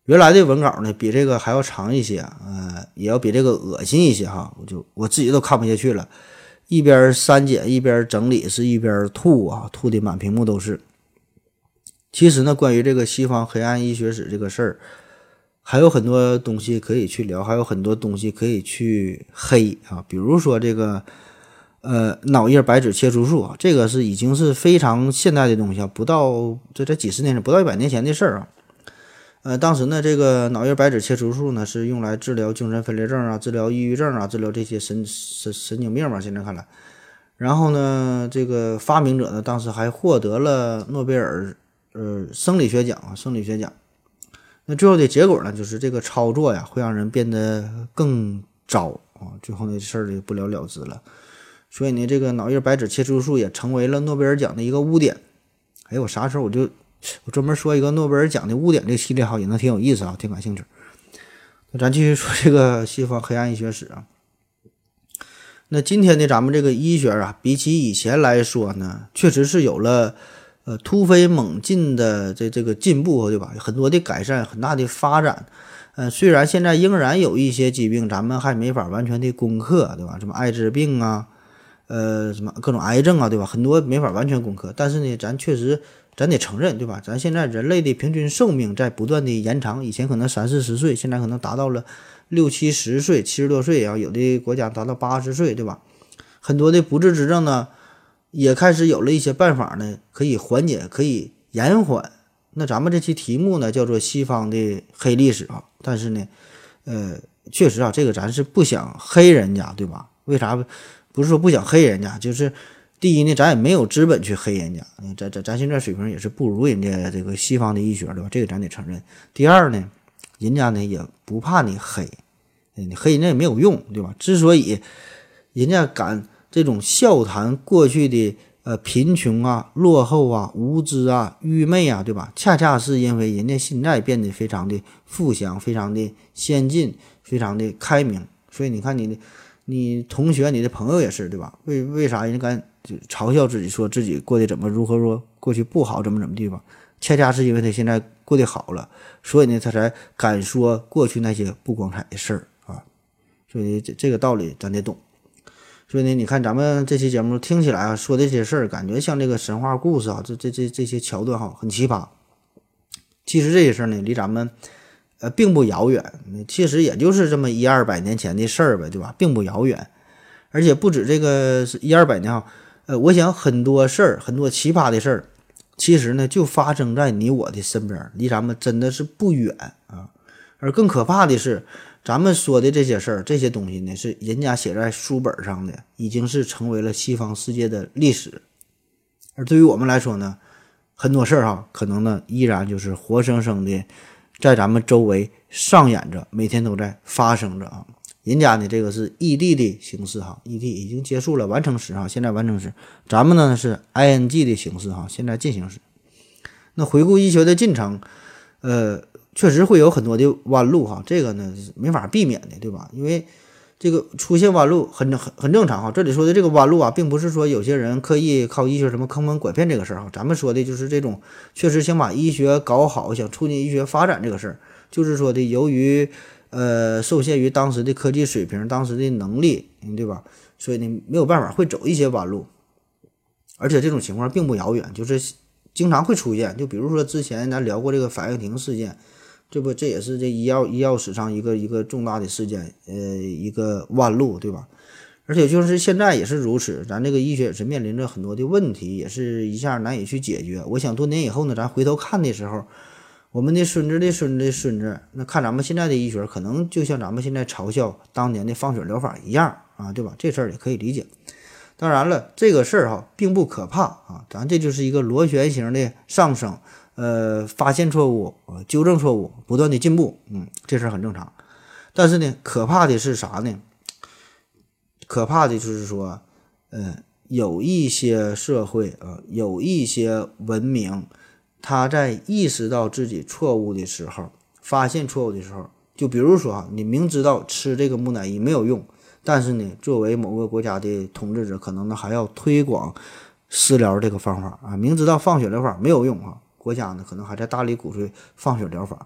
原来的文稿呢比这个还要长一些，呃，也要比这个恶心一些哈，我就我自己都看不下去了，一边删减一边整理，是一边吐啊，吐的满屏幕都是。其实呢，关于这个西方黑暗医学史这个事儿，还有很多东西可以去聊，还有很多东西可以去黑啊，比如说这个呃脑叶白质切除术啊，这个是已经是非常现代的东西啊，不到这这几十年不到一百年前的事儿啊。呃，当时呢，这个脑叶白质切除术呢是用来治疗精神分裂症啊，治疗抑郁症啊，治疗这些神神神经病嘛。现在看来，然后呢，这个发明者呢，当时还获得了诺贝尔呃生理学奖啊，生理学奖。那最后的结果呢，就是这个操作呀，会让人变得更糟啊。最后那事儿就不了了之了。所以呢，这个脑叶白质切除术也成为了诺贝尔奖的一个污点。哎，我啥时候我就。我专门说一个诺贝尔奖的污点这个系列哈，也能挺有意思啊，挺感兴趣。那咱继续说这个西方黑暗医学史啊。那今天的咱们这个医学啊，比起以前来说呢，确实是有了呃突飞猛进的这这个进步，对吧？很多的改善，很大的发展。呃，虽然现在仍然有一些疾病咱们还没法完全的攻克，对吧？什么艾滋病啊，呃，什么各种癌症啊，对吧？很多没法完全攻克，但是呢，咱确实。咱得承认，对吧？咱现在人类的平均寿命在不断的延长，以前可能三四十岁，现在可能达到了六七十岁、七十多岁啊，有的国家达到八十岁，对吧？很多的不治之症呢，也开始有了一些办法呢，可以缓解，可以延缓。那咱们这期题目呢，叫做西方的黑历史啊，但是呢，呃，确实啊，这个咱是不想黑人家，对吧？为啥？不是说不想黑人家，就是。第一呢，咱也没有资本去黑人家，咱咱咱现在水平也是不如人家这个西方的医学，对吧？这个咱得承认。第二呢，人家呢也不怕你黑，你黑人家也没有用，对吧？之所以人家敢这种笑谈过去的呃贫穷啊、落后啊、无知啊、愚昧啊，对吧？恰恰是因为人家现在变得非常的富强、非常的先进、非常的开明。所以你看你的你同学、你的朋友也是，对吧？为为啥人家敢？就嘲笑自己，说自己过得怎么如何说过去不好，怎么怎么地方，恰恰是因为他现在过得好了，所以呢，他才敢说过去那些不光彩的事儿啊。所以这这个道理咱得懂。所以呢，你看咱们这期节目听起来啊，说这些事儿，感觉像这个神话故事啊，这这这这些桥段哈，很奇葩。其实这些事儿呢，离咱们呃并不遥远，其实也就是这么一二百年前的事儿呗，对吧？并不遥远，而且不止这个是一二百年哈。呃，我想很多事儿，很多奇葩的事儿，其实呢就发生在你我的身边，离咱们真的是不远啊。而更可怕的是，咱们说的这些事儿，这些东西呢，是人家写在书本上的，已经是成为了西方世界的历史。而对于我们来说呢，很多事儿哈，可能呢依然就是活生生的在咱们周围上演着，每天都在发生着啊。人家呢，这个是异地的形式哈，异地已经结束了完成时哈，现在完成时，咱们呢是 ing 的形式哈，现在进行时。那回顾医学的进程，呃，确实会有很多的弯路哈，这个呢是没法避免的，对吧？因为这个出现弯路很很很正常哈。这里说的这个弯路啊，并不是说有些人刻意靠医学什么坑蒙拐骗这个事儿哈，咱们说的就是这种确实想把医学搞好，想促进医学发展这个事儿，就是说的由于。呃，受限于当时的科技水平、当时的能力，对吧？所以呢，没有办法会走一些弯路，而且这种情况并不遥远，就是经常会出现。就比如说之前咱聊过这个反应停事件，这不这也是这医药医药史上一个一个重大的事件，呃，一个弯路，对吧？而且就是现在也是如此，咱这个医学也是面临着很多的问题，也是一下难以去解决。我想多年以后呢，咱回头看的时候。我们的孙子的孙子的孙子，那看咱们现在的医学，可能就像咱们现在嘲笑当年的放血疗法一样啊，对吧？这事儿也可以理解。当然了，这个事儿哈并不可怕啊，咱这就是一个螺旋形的上升，呃，发现错误，呃，纠正错误，不断的进步，嗯，这事儿很正常。但是呢，可怕的是啥呢？可怕的就是说，呃，有一些社会啊、呃，有一些文明。他在意识到自己错误的时候，发现错误的时候，就比如说啊，你明知道吃这个木乃伊没有用，但是呢，作为某个国家的统治者，可能呢还要推广私疗这个方法啊。明知道放血疗法没有用啊，国家呢可能还在大力鼓吹放血疗法。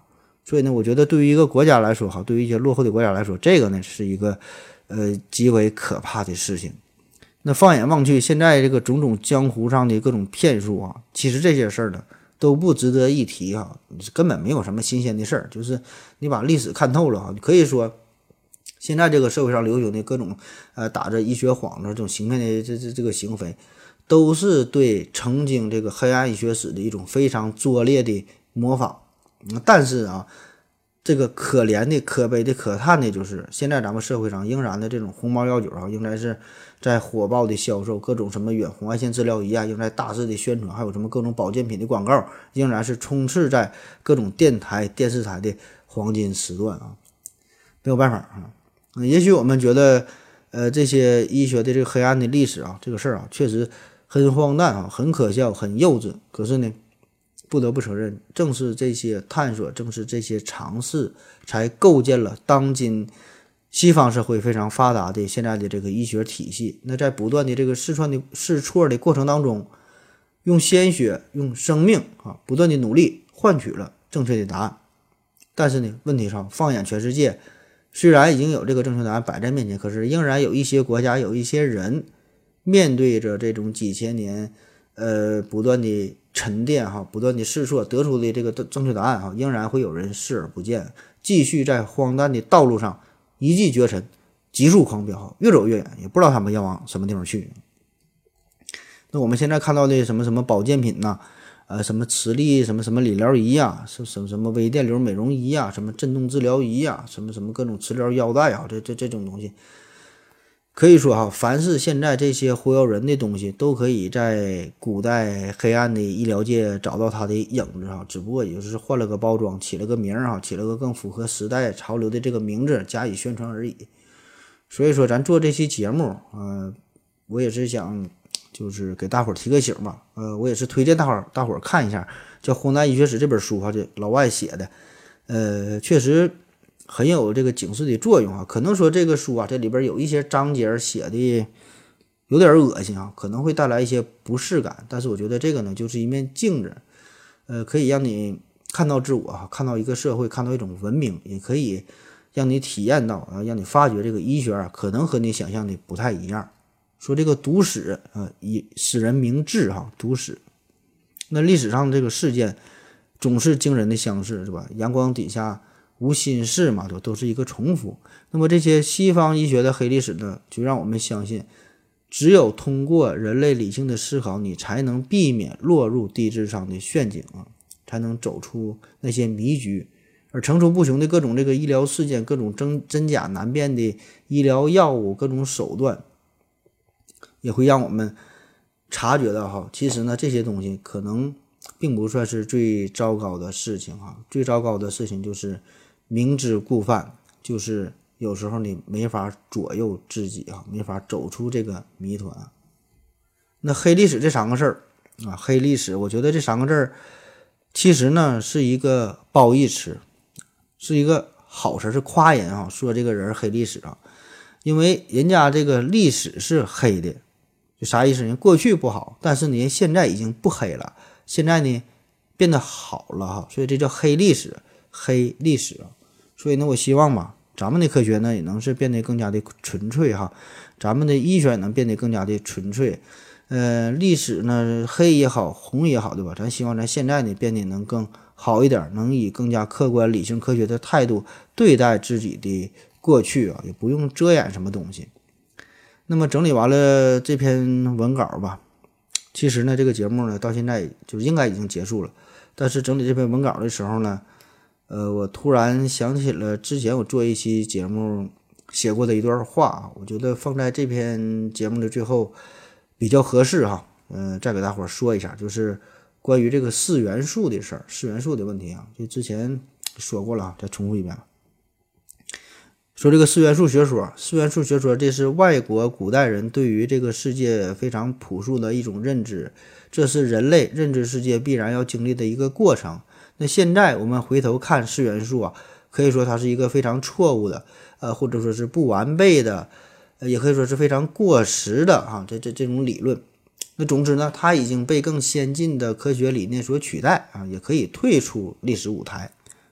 所以呢，我觉得对于一个国家来说，好，对于一些落后的国家来说，这个呢是一个呃极为可怕的事情。那放眼望去，现在这个种种江湖上的各种骗术啊，其实这些事儿呢都不值得一提啊，根本没有什么新鲜的事儿。就是你把历史看透了哈，你可以说现在这个社会上流行的各种呃打着医学幌子这种行骗的这这这个行为，都是对曾经这个黑暗医学史的一种非常拙劣的模仿。但是啊，这个可怜的、可悲的、可叹的，就是现在咱们社会上仍然的这种鸿茅药酒啊，应该是在火爆的销售，各种什么远红外线治疗仪啊，应该大肆的宣传，还有什么各种保健品的广告，仍然是充斥在各种电台、电视台的黄金时段啊。没有办法啊，嗯，也许我们觉得，呃，这些医学的这个黑暗的历史啊，这个事儿啊，确实很荒诞啊，很可笑，很幼稚。可是呢，不得不承认，正是这些探索，正是这些尝试，才构建了当今西方社会非常发达的现在的这个医学体系。那在不断的这个试错的试错的过程当中，用鲜血、用生命啊，不断的努力，换取了正确的答案。但是呢，问题上放眼全世界，虽然已经有这个正确答案摆在面前，可是仍然有一些国家、有一些人面对着这种几千年，呃，不断的沉淀哈，不断的试错得出的这个正确答案哈，仍然会有人视而不见，继续在荒诞的道路上一骑绝尘，急速狂飙，越走越远，也不知道他们要往什么地方去。那我们现在看到的什么什么保健品呐、啊，呃，什么磁力什么什么理疗仪呀、啊，什什么什么微电流美容仪呀、啊，什么振动治疗仪呀、啊，什么什么各种磁疗腰带啊，这这这种东西。可以说哈，凡是现在这些忽悠人的东西，都可以在古代黑暗的医疗界找到它的影子哈，只不过也就是换了个包装，起了个名哈，起了个更符合时代潮流的这个名字加以宣传而已。所以说，咱做这期节目，呃，我也是想就是给大伙儿提个醒吧，呃，我也是推荐大伙儿大伙儿看一下，叫《荒诞医学史》这本书哈，这老外写的，呃，确实很有这个警示的作用啊。可能说这个书啊，这里边有一些章节写的有点恶心啊，可能会带来一些不适感。但是我觉得这个呢，就是一面镜子，呃，可以让你看到自我，看到一个社会，看到一种文明，也可以让你体验到啊，让你发觉这个医学啊，可能和你想象的不太一样。说这个读史啊，以使人明智哈，读史。那历史上这个事件总是惊人的相似，是吧？阳光底下无新事嘛，都都是一个重复。那么这些西方医学的黑历史呢，就让我们相信，只有通过人类理性的思考，你才能避免落入低智商的陷阱啊，才能走出那些迷局。而层出不穷的各种这个医疗事件，各种真真假难辨的医疗药物，各种手段，也会让我们察觉到哈，其实呢这些东西可能并不算是最糟糕的事情哈，最糟糕的事情就是明知故犯，就是有时候你没法左右自己啊，没法走出这个谜团。那黑历史这三个字儿啊，黑历史，我觉得这三个字儿其实呢是一个褒义词，是一个好词，是夸人啊，说这个人黑历史啊，因为人家这个历史是黑的。就啥意思呢？过去不好，但是呢，现在已经不黑了，现在呢变得好了哈，所以这叫黑历史，黑历史。所以呢，我希望嘛，咱们的科学呢也能是变得更加的纯粹哈，咱们的医学也能变得更加的纯粹。呃，历史呢黑也好，红也好，对吧？咱希望咱现在呢变得能更好一点，能以更加客观、理性、科学的态度对待自己的过去啊，也不用遮掩什么东西。那么整理完了这篇文稿吧，其实呢这个节目呢到现在就应该已经结束了，但是整理这篇文稿的时候呢，呃，我突然想起了之前我做一期节目写过的一段话，我觉得放在这篇节目的最后比较合适哈，呃，再给大伙说一下，就是关于这个四元素的事儿，四元素的问题啊，就之前说过了，再重复一遍。说这个四元素学说，四元素学说这是外国古代人对于这个世界非常朴素的一种认知，这是人类认知世界必然要经历的一个过程。那现在我们回头看四元素啊，可以说它是一个非常错误的，呃，或者说是不完备的，呃，也可以说是非常过时的啊，这这这种理论。那总之呢，它已经被更先进的科学理念所取代啊，也可以退出历史舞台。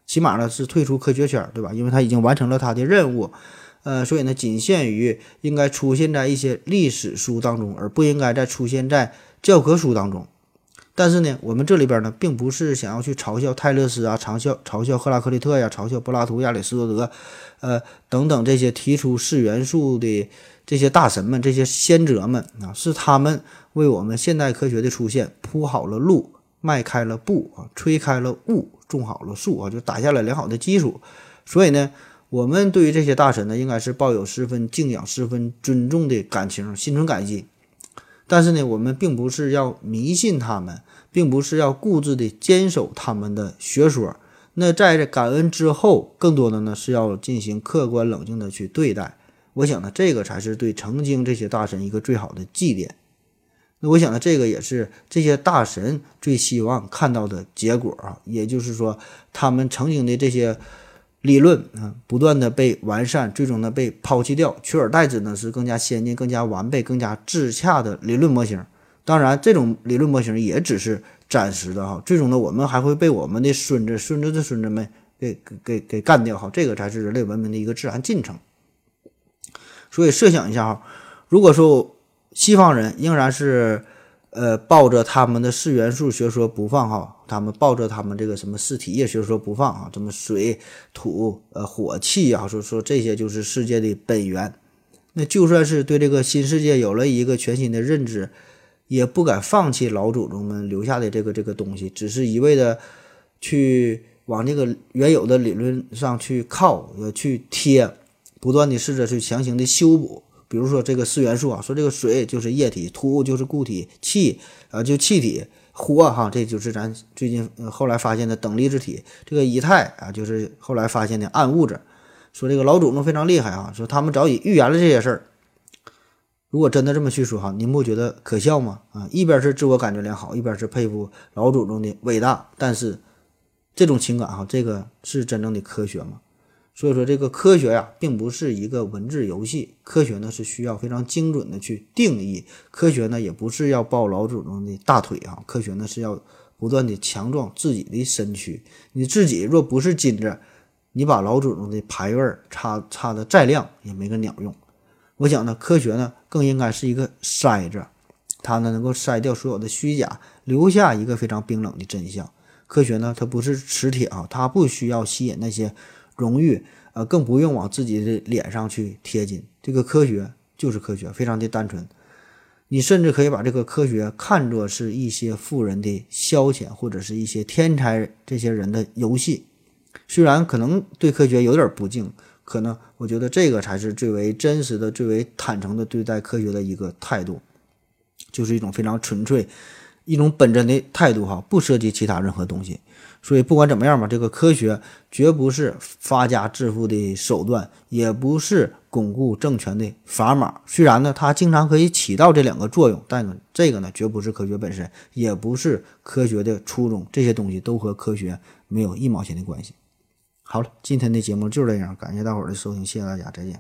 起码呢是退出科学圈，对吧？因为他已经完成了他的任务，呃，所以呢仅限于应该出现在一些历史书当中，而不应该再出现在教科书当中。但是呢，我们这里边呢，并不是想要去嘲笑泰勒斯啊，嘲笑嘲笑赫拉克利特呀，嘲笑柏拉图、亚里士多德，呃等等这些提出四元素的这些大神们、这些先哲们啊，是他们为我们现代科学的出现铺好了路，迈开了步啊，吹开了雾，种好了树啊，就打下了良好的基础。所以呢，我们对于这些大神呢，应该是抱有十分敬仰、十分尊重的感情，心存感激。但是呢，我们并不是要迷信他们，并不是要固执的坚守他们的学说。那在感恩之后，更多的呢是要进行客观冷静的去对待。我想呢，这个才是对曾经这些大神一个最好的祭奠。那我想呢，这个也是这些大神最希望看到的结果啊，也就是说，他们曾经的这些理论啊，不断的被完善，最终呢被抛弃掉，取而代之呢是更加先进、更加完备、更加自洽的理论模型。当然，这种理论模型也只是暂时的哈，最终呢我们还会被我们的孙子、孙子的孙子们给给给给干掉哈，这个才是人类文明的一个自然进程。所以设想一下哈，如果说西方人仍然是呃抱着他们的四元素学说不放哈，他们抱着他们这个什么四体液学说不放啊，什么水土呃火气啊，说说这些就是世界的本源。那就算是对这个新世界有了一个全新的认知，也不敢放弃老祖宗们留下的这个这个东西，只是一味的去往这个原有的理论上去靠呃去贴，不断的试着去强行的修补。比如说这个四元素啊，说这个水就是液体，土就是固体，气啊、呃、就气体，火哈这就是咱最近、呃、后来发现的等离子体，这个以太啊就是后来发现的暗物质。说这个老祖宗非常厉害啊，说他们早已预言了这些事儿。如果真的这么去说哈，您不觉得可笑吗？啊，一边是自我感觉良好，一边是佩服老祖宗的伟大，但是这种情感哈，这个是真正的科学吗？所以说这个科学呀，并不是一个文字游戏，科学呢是需要非常精准的去定义，科学呢也不是要抱老祖宗的大腿啊，科学呢是要不断的强壮自己的身躯。你自己若不是金子，你把老祖宗的牌位插插的再亮也没个鸟用。我想呢，科学呢更应该是一个筛子，它呢能够筛掉所有的虚假，留下一个非常冰冷的真相。科学呢它不是磁铁啊，它不需要吸引那些荣誉，呃，更不用往自己的脸上去贴金。这个科学就是科学，非常的单纯。你甚至可以把这个科学看作是一些富人的消遣，或者是一些天才这些人的游戏。虽然可能对科学有点不敬，可能我觉得这个才是最为真实的、最为坦诚的对待科学的一个态度，就是一种非常纯粹、一种本真的态度哈，不涉及其他任何东西。所以不管怎么样吧，这个科学绝不是发家致富的手段，也不是巩固政权的砝码。虽然呢，它经常可以起到这两个作用，但这个呢，绝不是科学本身，也不是科学的初衷。这些东西都和科学没有一毛钱的关系。好了，今天的节目就这样，感谢大伙儿的收听，谢谢大家，再见。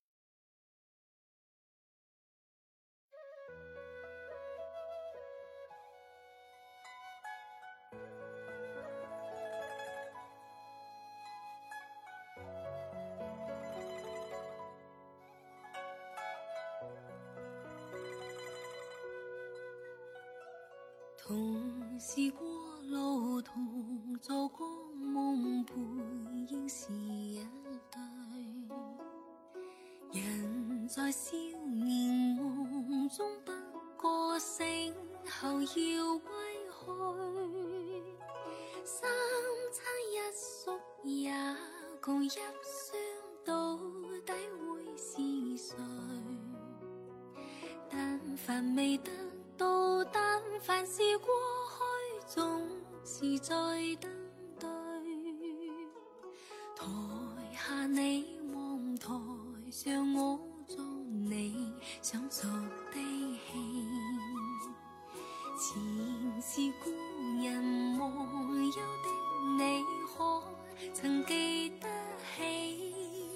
同是过路，同做过梦，背影是一对。人在少年梦中不过醒后要归去，三餐一宿也共一雙，到底會是誰？但凡未得到，但凡是過去，總是在等對。台下你望台上我做你想做的戲，前是故人忘憂的你，可曾記得起？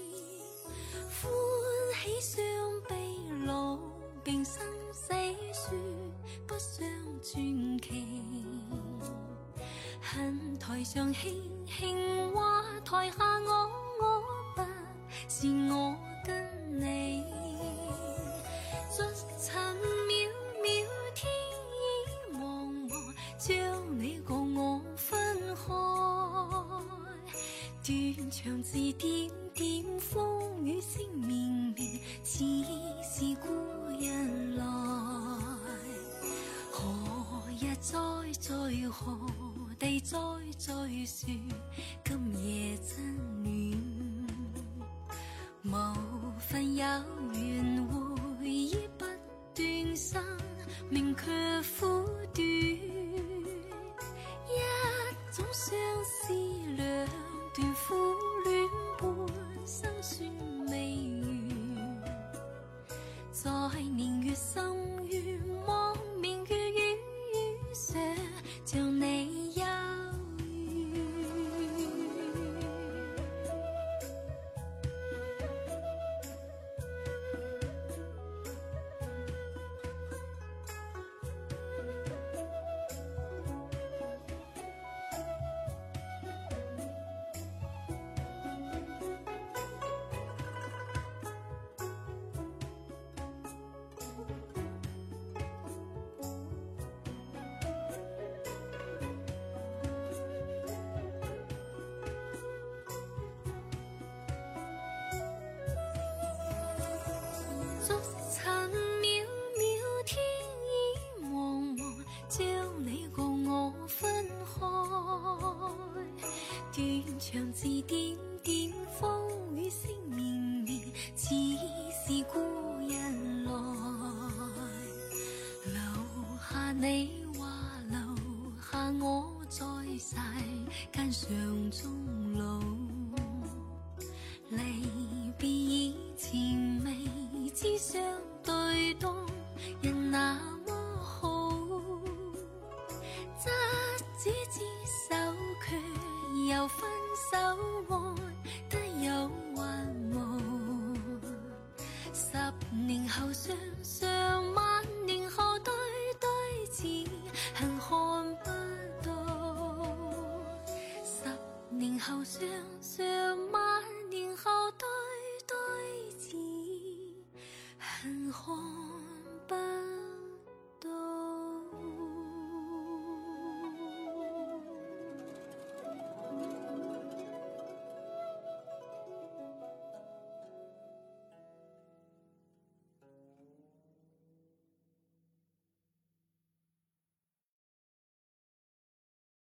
歡喜雙臂老並生死說不相傳奇， 恨台上輕輕話，台下我我不是我跟你，逐塵渺渺天意茫茫，將你共我分開，斷腸字點點風雨聲綿綿，似是故人來，何日再聚何地再再說今夜真暖，無分有緣回憶不斷生命卻苦短，一種相思兩段苦戀半生算未完，在年月深淵望明月與雨上像你有長字點點風雨聲綿綿，似是故人來，留下你話留下我在世間上終老，離別以前未知相對當人那麼好，執子之手卻又分手愛得有還無，十年後相相，萬年後對對字恨看不到，十年後相相，萬年後對對字恨看